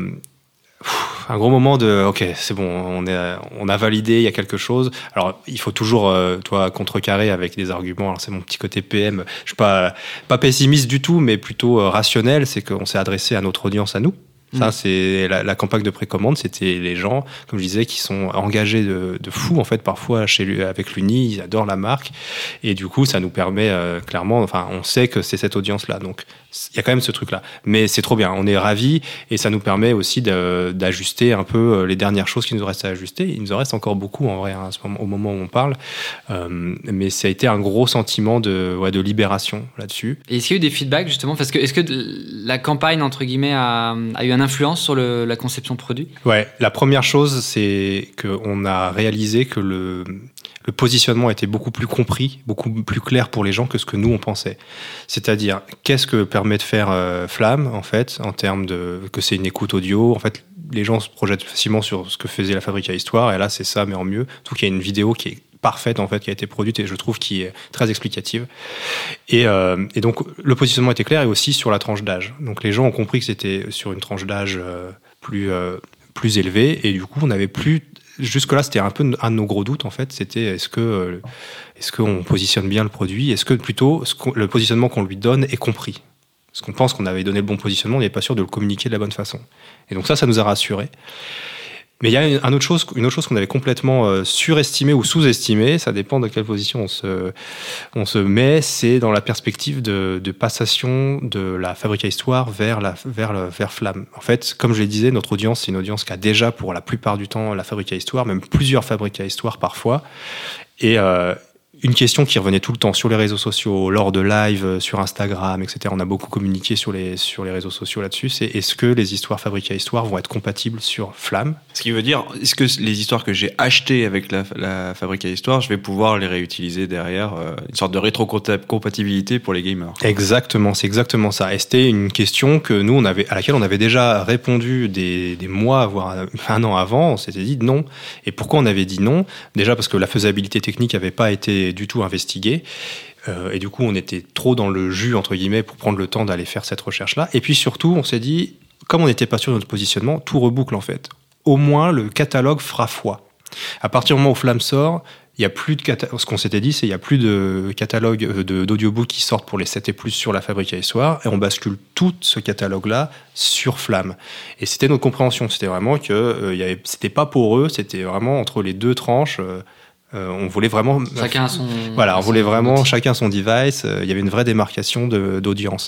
un gros moment de ok, c'est bon, on est on a validé, il y a quelque chose. Alors il faut toujours euh, toi contrecarrer avec des arguments. Alors c'est mon petit côté P M, je suis pas pas pessimiste du tout, mais plutôt euh, rationnel, c'est qu'on s'est adressé à notre audience, à nous. Ça, c'est la, la campagne de précommande, c'était les gens, comme je disais, qui sont engagés de, de fou, en fait, parfois chez lui, avec l'Uni, ils adorent la marque, et du coup, ça nous permet euh, clairement, enfin, on sait que c'est cette audience-là, donc il y a quand même ce truc-là. Mais c'est trop bien, on est ravis, et ça nous permet aussi de, d'ajuster un peu les dernières choses qui nous restent à ajuster. Il nous en reste encore beaucoup, en vrai, hein, à ce moment, au moment où on parle, euh, mais ça a été un gros sentiment de, ouais, de libération là-dessus. Et est-ce qu'il y a eu des feedbacks, justement, parce que est-ce que la campagne, entre guillemets, a, a eu un influence sur le, la conception de produit ? Ouais, la première chose, c'est qu'on a réalisé que le, le positionnement était beaucoup plus compris, beaucoup plus clair pour les gens que ce que nous, on pensait. C'est-à-dire, qu'est-ce que permet de faire euh, Flamme, en fait, en termes de... que c'est une écoute audio. En fait, les gens se projettent facilement sur ce que faisait la Fabrique à Histoire, et là, c'est ça, mais en mieux. Surtout qu'il y a une vidéo qui est parfaite, en fait, qui a été produite, et je trouve qui est très explicative. Et, euh, et donc, le positionnement était clair, et aussi sur la tranche d'âge. Donc, les gens ont compris que c'était sur une tranche d'âge euh, plus, euh, plus élevée, et du coup, on n'avait plus... Jusque-là, c'était un peu un de nos gros doutes, en fait. C'était est-ce que, euh, est-ce qu'on positionne bien le produit ? Est-ce que, plutôt, ce le positionnement qu'on lui donne est compris ? Parce qu'on pense qu'on avait donné le bon positionnement, on n'est pas sûr de le communiquer de la bonne façon. Et donc ça, ça nous a rassurés. Mais il y a une, un autre chose, une autre chose qu'on avait complètement euh, surestimée ou sous-estimée, ça dépend de quelle position on se, on se met, c'est dans la perspective de, de passation de la Fabrique à Histoire vers, la, vers, le, vers Flamme. En fait, comme je le disais, notre audience, c'est une audience qui a déjà pour la plupart du temps la Fabrique à Histoire, même plusieurs Fabriques à Histoire parfois. Et... Euh, une question qui revenait tout le temps sur les réseaux sociaux, lors de live, sur Instagram, et cetera. On a beaucoup communiqué sur les, sur les réseaux sociaux là-dessus. C'est est-ce que les histoires fabriquées à Histoire vont être compatibles sur Flamme ? Ce qui veut dire, est-ce que les histoires que j'ai achetées avec la, la Fabrique à Histoire, je vais pouvoir les réutiliser derrière, euh, une sorte de rétrocompatibilité pour les gamers ? Exactement, c'est exactement ça. Et c'était une question que nous, on avait, à laquelle on avait déjà répondu des, des mois, voire un an avant. On s'était dit non. Et pourquoi on avait dit non ? Déjà parce que la faisabilité technique n'avait pas été du tout investigué. Euh, et du coup, on était trop dans le jus, entre guillemets, pour prendre le temps d'aller faire cette recherche-là. Et puis surtout, on s'est dit, comme on n'était pas sûr de notre positionnement, tout reboucle en fait. Au moins, le catalogue fera foi. À partir du moment où Flamme sort, il y a plus de catalogue. Ce qu'on s'était dit, c'est qu'il n'y a plus de catalogue de, d'audiobooks qui sortent pour les sept et plus sur la Fabrique à Histoire, et on bascule tout ce catalogue-là sur Flamme. Et c'était notre compréhension. C'était vraiment que euh, y avait, c'était pas pour eux, c'était vraiment entre les deux tranches. Euh, Euh, on voulait vraiment chacun son voilà on voulait son vraiment outil. Chacun son device. Il euh, y avait une vraie démarcation de, d'audience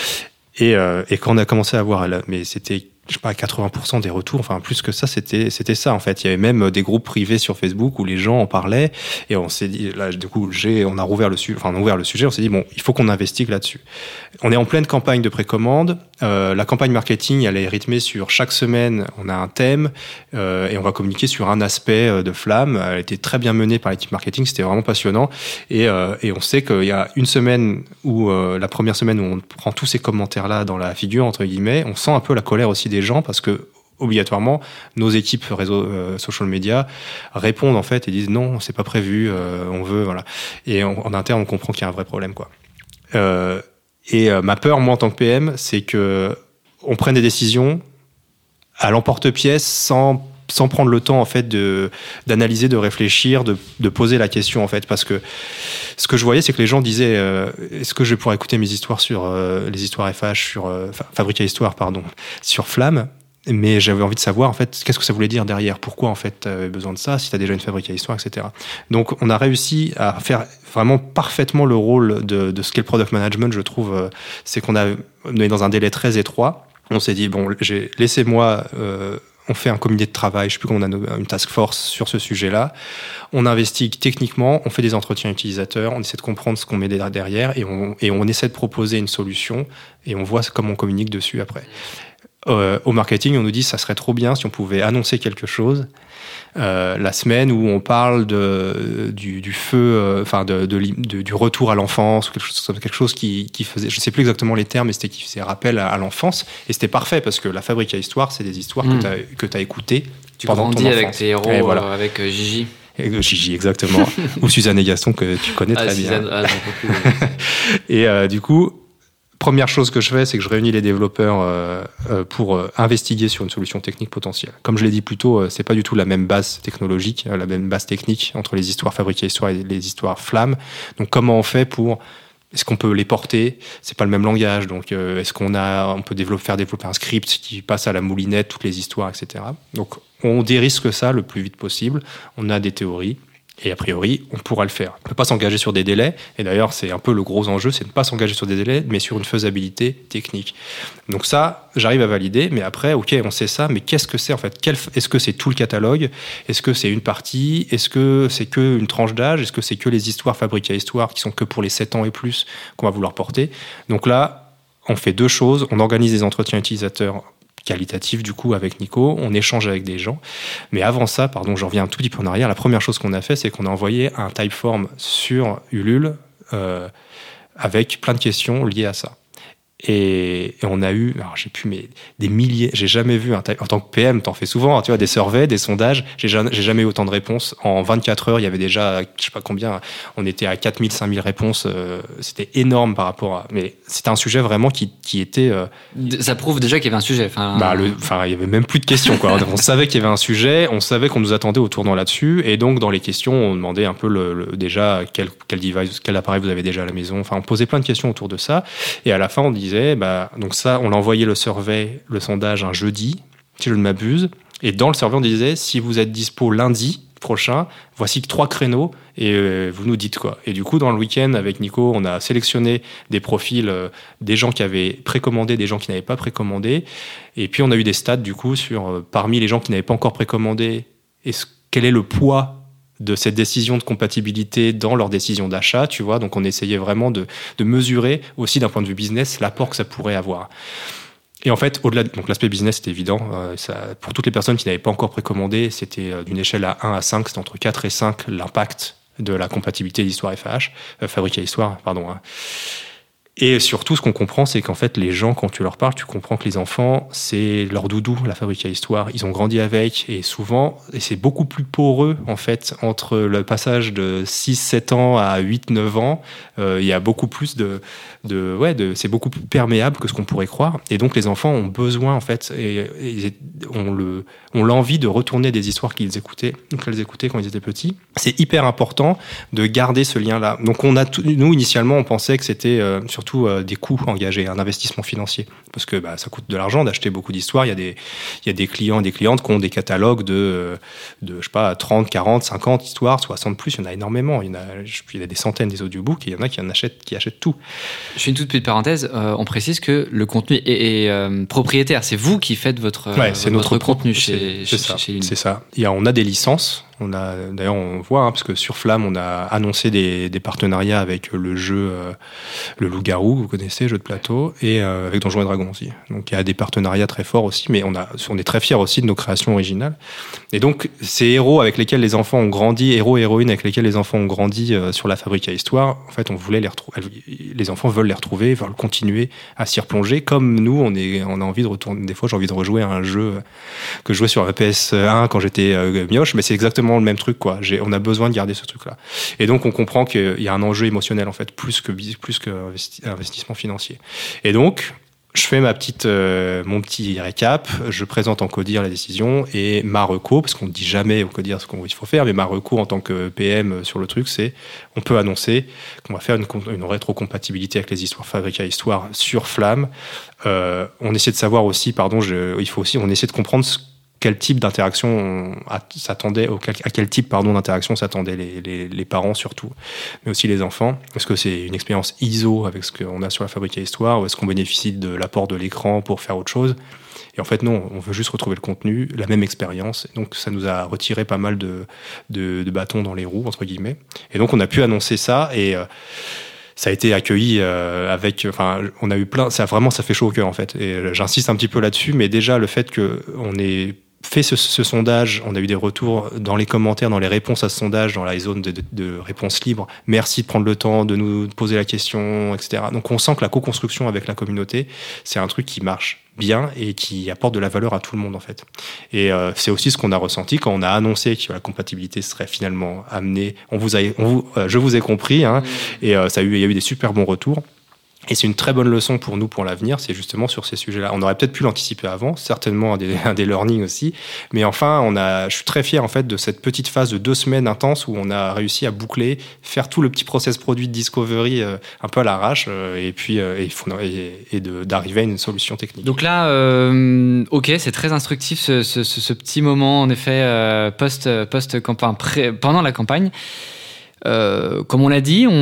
et, euh, et quand on a commencé à voir, mais c'était je sais pas, quatre-vingts pour cent des retours, enfin plus que ça, c'était c'était ça en fait. Il y avait même des groupes privés sur Facebook où les gens en parlaient, et on s'est dit là, du coup, j'ai, on a rouvert le sujet, enfin on a ouvert le sujet, on s'est dit bon, il faut qu'on investigue là-dessus. On est en pleine campagne de précommande. Euh, la campagne marketing, elle est rythmée sur chaque semaine, on a un thème euh, et on va communiquer sur un aspect de Flamme. Elle était très bien menée par l'équipe marketing, c'était vraiment passionnant. Et, euh, et on sait qu'il y a une semaine où euh, la première semaine où on prend tous ces commentaires-là dans la figure entre guillemets, on sent un peu la colère aussi des gens parce que obligatoirement nos équipes réseaux euh, social media répondent en fait et disent non, c'est pas prévu, euh, on veut voilà. Et en, en interne, on comprend qu'il y a un vrai problème quoi. Euh, et euh, ma peur, moi en tant que P M, c'est que on prenne des décisions à l'emporte-pièce sans sans prendre le temps en fait de d'analyser, de réfléchir, de de poser la question en fait, parce que ce que je voyais, c'est que les gens disaient euh, est-ce que je vais pouvoir écouter mes histoires sur euh, les histoires F H sur euh, Fabrique à Histoire pardon sur Flamme, mais j'avais envie de savoir en fait qu'est-ce que ça voulait dire derrière, pourquoi en fait tu avais besoin de ça si tu as déjà une Fabrique à Histoire, et cetera. Donc on a réussi à faire vraiment parfaitement le rôle de, de ce qu'est le product management, je trouve. Euh, c'est qu'on a on est dans un délai très étroit. On s'est dit bon, j'ai laissez-moi euh, on fait un comité de travail, je sais plus comment on a une task force sur ce sujet-là. On investigue techniquement, on fait des entretiens utilisateurs, on essaie de comprendre ce qu'on met derrière et on, et on essaie de proposer une solution et on voit comment on communique dessus après. euh, au marketing, on nous dit ça serait trop bien si on pouvait annoncer quelque chose euh, la semaine où on parle de, du, du feu, enfin euh, de, de, de, du retour à l'enfance, quelque chose, quelque chose qui, qui faisait, je sais plus exactement les termes, mais c'était qui faisait rappel à, à l'enfance. Et c'était parfait parce que la Fabrique à Histoire, c'est des histoires mmh. que tu as écoutées tu pendant ton enfance. Tu grandis avec tes héros, et voilà. euh, avec euh, Gigi. Et Gigi, exactement. Ou Suzanne et Gaston, que tu connais ah, très Suzanne, bien. Ah, beaucoup, oui. Et euh, du coup, première chose que je fais, c'est que je réunis les développeurs euh, euh, pour euh, investiguer sur une solution technique potentielle. Comme je l'ai dit plus tôt, euh, c'est pas du tout la même base technologique, euh, la même base technique entre les histoires Fabrique à Histoire et les histoires Flamme. Donc, comment on fait pour... Est-ce qu'on peut les porter ? C'est pas le même langage, donc euh, est-ce qu'on a, on peut développer, faire développer un script qui passe à la moulinette, toutes les histoires, et cetera. Donc, on dérisque ça le plus vite possible. On a des théories. Et a priori, on pourra le faire. On ne peut pas s'engager sur des délais. Et d'ailleurs, c'est un peu le gros enjeu, c'est de ne pas s'engager sur des délais, mais sur une faisabilité technique. Donc ça, j'arrive à valider. Mais après, OK, on sait ça, mais qu'est-ce que c'est en fait ? Quel, Est-ce que c'est tout le catalogue ? Est-ce que c'est une partie ? Est-ce que c'est qu'une tranche d'âge ? Est-ce que c'est que les histoires Fabrique à Histoire qui sont que pour les sept ans et plus qu'on va vouloir porter ? Donc là, on fait deux choses. On organise des entretiens utilisateurs qualitatif du coup avec Nico, on échange avec des gens, mais avant ça, pardon, je reviens un tout petit peu en arrière, la première chose qu'on a fait, c'est qu'on a envoyé un typeform sur Ulule euh, avec plein de questions liées à ça. Et, et on a eu, alors j'ai pu, mais des milliers, j'ai jamais vu un type, en tant que P M, t'en fais souvent, hein, tu vois, des surveys, des sondages, j'ai jamais, j'ai jamais eu autant de réponses. En vingt-quatre heures, il y avait déjà, je sais pas combien, on était à quatre mille, cinq mille réponses, euh, c'était énorme par rapport à, mais c'était un sujet vraiment qui, qui était, euh, ça prouve déjà qu'il y avait un sujet, enfin. Bah, le, enfin, il y avait même plus de questions, quoi. On savait qu'il y avait un sujet, on savait qu'on nous attendait au tournant là-dessus, et donc, dans les questions, on demandait un peu le, le déjà, quel, quel device, quel appareil vous avez déjà à la maison, enfin, on posait plein de questions autour de ça, et à la fin, on disait, bah, donc ça, on l'a envoyé le survey, le sondage un jeudi, si je ne m'abuse. Et dans le survey, on disait, si vous êtes dispo lundi prochain, voici trois créneaux et euh, vous nous dites quoi. Et du coup, dans le week-end, avec Nico, on a sélectionné des profils, euh, des gens qui avaient précommandé, des gens qui n'avaient pas précommandé. Et puis, on a eu des stats, du coup, sur euh, parmi les gens qui n'avaient pas encore précommandé, est-ce, quel est le poids de cette décision de compatibilité dans leur décision d'achat, tu vois. Donc, on essayait vraiment de, de mesurer aussi d'un point de vue business l'apport que ça pourrait avoir. Et en fait, au-delà de, donc l'aspect business, c'était évident. Euh, ça, pour toutes les personnes qui n'avaient pas encore précommandé, c'était euh, d'une échelle à un à cinq, c'était entre quatre et cinq l'impact de la compatibilité d'Histoire F A H, euh, Fabrique à Histoire, pardon. Hein. Et surtout, ce qu'on comprend, c'est qu'en fait, les gens, quand tu leur parles, tu comprends que les enfants, c'est leur doudou, la Fabrique à Histoire. Ils ont grandi avec, et souvent, et c'est beaucoup plus poreux, en fait, entre le passage de six sept ans à huit neuf ans. Euh, il y a beaucoup plus de... de, ouais, de c'est beaucoup plus perméable que ce qu'on pourrait croire. Et donc, les enfants ont besoin, en fait, et, et ont, le, ont l'envie de retourner des histoires qu'ils écoutaient, qu'ils écoutaient quand ils étaient petits. C'est hyper important de garder ce lien-là. Donc, on a tout, nous, initialement, on pensait que c'était euh, surtout des coûts engagés, un investissement financier. Parce que bah, ça coûte de l'argent d'acheter beaucoup d'histoires. Il y a des, il y a des clients et des clientes qui ont des catalogues de, de je sais pas, trente, quarante, cinquante histoires, soixante plus. Il y en a énormément. Il y en a, il y a des centaines des audiobooks et il y en a qui en achètent, qui achètent tout. Je fais une toute petite parenthèse. Euh, on précise que le contenu est, est euh, propriétaire. C'est vous qui faites votre, ouais, c'est votre notre contenu c'est, chez, c'est chez, ça, chez Uni. C'est ça. Il y a, on a des licences. On a, d'ailleurs, on voit, hein, parce que sur Flamme, on a annoncé des, des partenariats avec le jeu euh, Le Loup-Garou, vous connaissez, jeu de plateau, et euh, avec Donjons et Dragons aussi. Donc il y a des partenariats très forts aussi, mais on, a, on est très fiers aussi de nos créations originales. Et donc, ces héros avec lesquels les enfants ont grandi, héros et héroïnes avec lesquels les enfants ont grandi euh, sur la Fabrique à Histoire, en fait, on voulait les retrouver. Les enfants veulent les retrouver, veulent continuer à s'y replonger, comme nous, on, est, on a envie de retourner. Des fois, j'ai envie de rejouer à un jeu que je jouais sur la P S un quand j'étais euh, mioche, mais c'est exactement le même truc, quoi. J'ai, on a besoin de garder ce truc-là. Et donc, on comprend qu'il y a un enjeu émotionnel, en fait, plus que, plus que investissement financier. Et donc, je fais ma petite, euh, mon petit récap, je présente en Codir la décision et ma reco, parce qu'on ne dit jamais au Codir ce qu'il faut faire, mais ma reco en tant que P M sur le truc, c'est on peut annoncer qu'on va faire une, une rétrocompatibilité avec les histoires Fabrique à Histoire sur Flamme. Euh, on essaie de savoir aussi, pardon, je, il faut aussi, on essaie de comprendre ce quel type d'interaction s'attendait, à quel type pardon, d'interaction s'attendaient les, les, les parents surtout, mais aussi les enfants. Est-ce que c'est une expérience I S O avec ce qu'on a sur la Fabrique à Histoire, ou est-ce qu'on bénéficie de l'apport de l'écran pour faire autre chose ? Et en fait, non, on veut juste retrouver le contenu, la même expérience. Et donc, ça nous a retiré pas mal de, de, de bâtons dans les roues, entre guillemets. Et donc, on a pu annoncer ça, et... Euh, ça a été accueilli euh, avec, enfin, on a eu plein, ça vraiment, ça fait chaud au cœur en fait. Et euh, j'insiste un petit peu là-dessus, mais déjà le fait que on ait fait ce, ce sondage, on a eu des retours dans les commentaires, dans les réponses à ce sondage, dans les zones de, de, de réponses libres. Merci de prendre le temps de nous poser la question, et cetera. Donc on sent que la co-construction avec la communauté, c'est un truc qui marche bien et qui apporte de la valeur à tout le monde en fait. Et euh, c'est aussi ce qu'on a ressenti quand on a annoncé que la compatibilité serait finalement amenée. On vous a, on vous, euh, je vous ai compris, hein, mmh. et euh, ça a eu, il y a eu des super bons retours. Et c'est une très bonne leçon pour nous, pour l'avenir, c'est justement sur ces sujets-là. On aurait peut-être pu l'anticiper avant, certainement un des, un des learnings aussi. Mais enfin, on a, je suis très fier en fait de cette petite phase de deux semaines intenses où on a réussi à boucler, faire tout le petit process produit de discovery euh, un peu à l'arrache, euh, et puis euh, et, et, et de, d'arriver à une solution technique. Donc là, euh, ok, c'est très instructif ce, ce, ce, ce petit moment en effet euh, post post campagne, pendant la campagne. Euh, comme on l'a dit, on,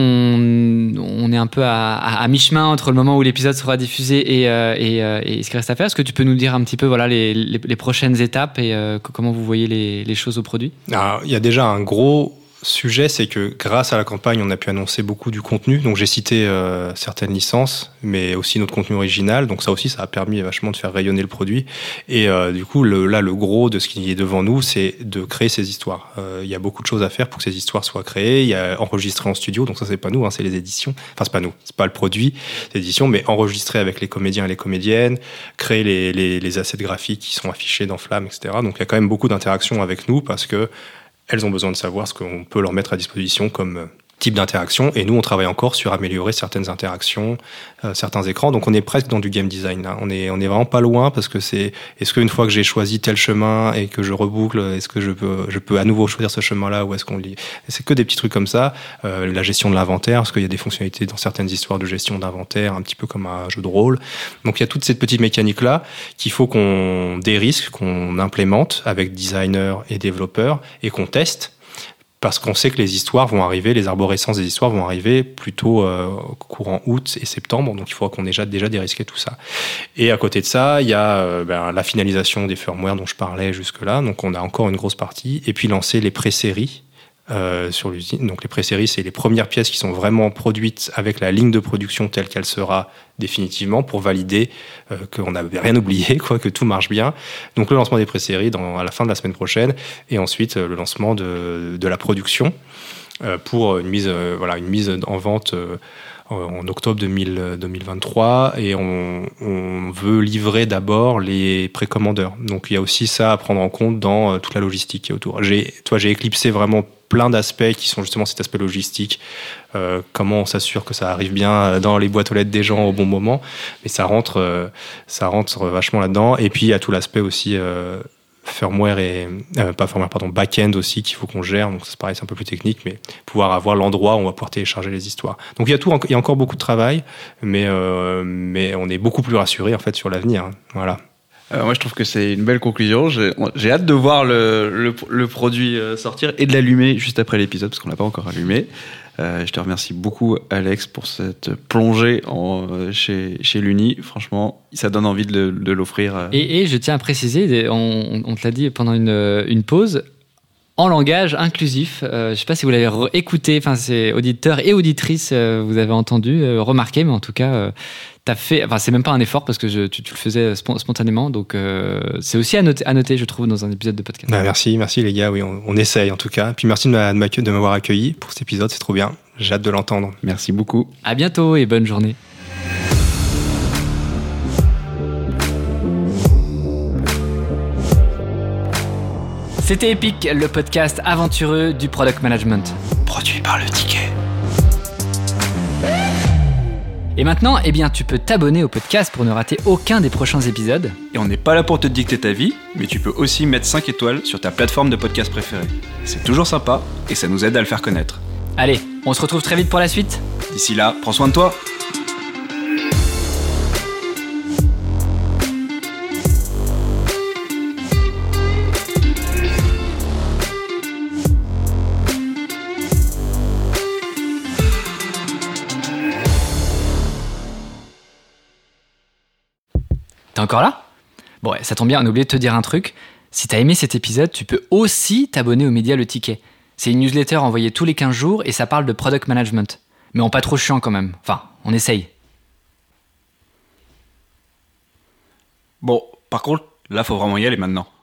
on est un peu à, à, à mi-chemin entre le moment où l'épisode sera diffusé et, euh, et, euh, et ce qu'il reste à faire. Est-ce que tu peux nous dire un petit peu voilà, les, les, les prochaines étapes et euh, comment vous voyez les, les choses au produit ? Alors, il y a déjà un gros sujet, c'est que grâce à la campagne, on a pu annoncer beaucoup du contenu. Donc j'ai cité euh, certaines licences, mais aussi notre contenu original. Donc ça aussi, ça a permis vachement de faire rayonner le produit. Et euh, du coup, le, là, le gros de ce qui est devant nous, c'est de créer ces histoires. Euh, il y a beaucoup de choses à faire pour que ces histoires soient créées. Il y a enregistré en studio, donc ça c'est pas nous, hein, c'est les éditions. Enfin c'est pas nous, c'est pas le produit, c'est l'édition, mais enregistré avec les comédiens et les comédiennes, créer les, les, les assets graphiques qui sont affichés dans Flamme, et cetera. Donc il y a quand même beaucoup d'interactions avec nous parce que elles ont besoin de savoir ce qu'on peut leur mettre à disposition comme type d'interaction. Et nous, on travaille encore sur améliorer certaines interactions, euh, certains écrans. Donc, on est presque dans du game design, là. On est, on est vraiment pas loin parce que c'est, est-ce qu'une fois que j'ai choisi tel chemin et que je reboucle, est-ce que je peux, je peux à nouveau choisir ce chemin-là ou est-ce qu'on lit? Et c'est que des petits trucs comme ça. Euh, la gestion de l'inventaire, parce qu'il y a des fonctionnalités dans certaines histoires de gestion d'inventaire, un petit peu comme un jeu de rôle. Donc, il y a toutes ces petites mécaniques-là qu'il faut qu'on dérisque, qu'on implémente avec designers et développeurs et qu'on teste. Parce qu'on sait que les histoires vont arriver, les arborescences des histoires vont arriver plutôt euh, courant août et septembre, donc il faudra qu'on ait déjà, déjà dérisqué tout ça. Et à côté de ça, il y a euh, ben, la finalisation des firmware dont je parlais jusque-là, donc on a encore une grosse partie, et puis lancer les pré-séries euh, sur l'usine. Donc les pré-séries, c'est les premières pièces qui sont vraiment produites avec la ligne de production telle qu'elle sera définitivement pour valider euh, qu'on n'avait rien oublié, quoi, que tout marche bien. Donc le lancement des pré-séries dans, à la fin de la semaine prochaine et ensuite euh, le lancement de, de la production euh, pour une mise, euh, voilà, une mise en vente euh, en octobre deux mille vingt-trois et on, on veut livrer d'abord les précommandeurs. Donc il y a aussi ça à prendre en compte dans euh, toute la logistique qui est autour. J'ai, toi, j'ai éclipsé vraiment plein d'aspects qui sont justement cet aspect logistique, euh, comment on s'assure que ça arrive bien dans les boîtes aux lettres des gens au bon moment, mais ça rentre, euh, ça rentre vachement là-dedans. Et puis il y a tout l'aspect aussi euh, firmware et euh, pas firmware, pardon, back-end aussi qu'il faut qu'on gère. Donc c'est pareil, c'est un peu plus technique, mais pouvoir avoir l'endroit où on va pouvoir télécharger les histoires. Donc il y a tout, il y a encore beaucoup de travail, mais euh, mais on est beaucoup plus rassuré en fait sur l'avenir. Hein. Voilà. Euh, moi, je trouve que c'est une belle conclusion. J'ai, j'ai hâte de voir le, le, le produit sortir et de l'allumer juste après l'épisode, parce qu'on l'a pas encore allumé. Euh, je te remercie beaucoup, Alex, pour cette plongée en, chez, chez l'Uni. Franchement, ça donne envie de, de l'offrir. Et, et je tiens à préciser, on, on te l'a dit pendant une, une pause, en langage inclusif. Euh, je ne sais pas si vous l'avez écouté, enfin, c'est auditeurs et auditrices, euh, vous avez entendu, euh, remarqué, mais en tout cas, euh, t'as fait, enfin, c'est même pas un effort parce que je, tu, tu le faisais spontanément, donc euh, c'est aussi à noter, à noter, je trouve, dans un épisode de podcast. Bah, merci, merci les gars, oui, on, on essaye en tout cas. Puis merci de, m'a, de m'avoir accueilli pour cet épisode, c'est trop bien. J'ai hâte de l'entendre. Merci beaucoup. À bientôt et bonne journée. C'était Epic, le podcast aventureux du product management. Produit par le ticket. Et maintenant, eh bien, tu peux t'abonner au podcast pour ne rater aucun des prochains épisodes. Et on n'est pas là pour te dicter ta vie, mais tu peux aussi mettre cinq étoiles sur ta plateforme de podcast préférée. C'est toujours sympa et ça nous aide à le faire connaître. Allez, on se retrouve très vite pour la suite. D'ici là, prends soin de toi. T'es encore là ? Bon, ouais, ça tombe bien, on a oublié de te dire un truc. Si t'as aimé cet épisode, tu peux aussi t'abonner au média Le Ticket. C'est une newsletter envoyée tous les quinze jours et ça parle de product management. mais en pas trop chiant quand même. Enfin, on essaye. Bon, par contre, là, faut vraiment y aller maintenant.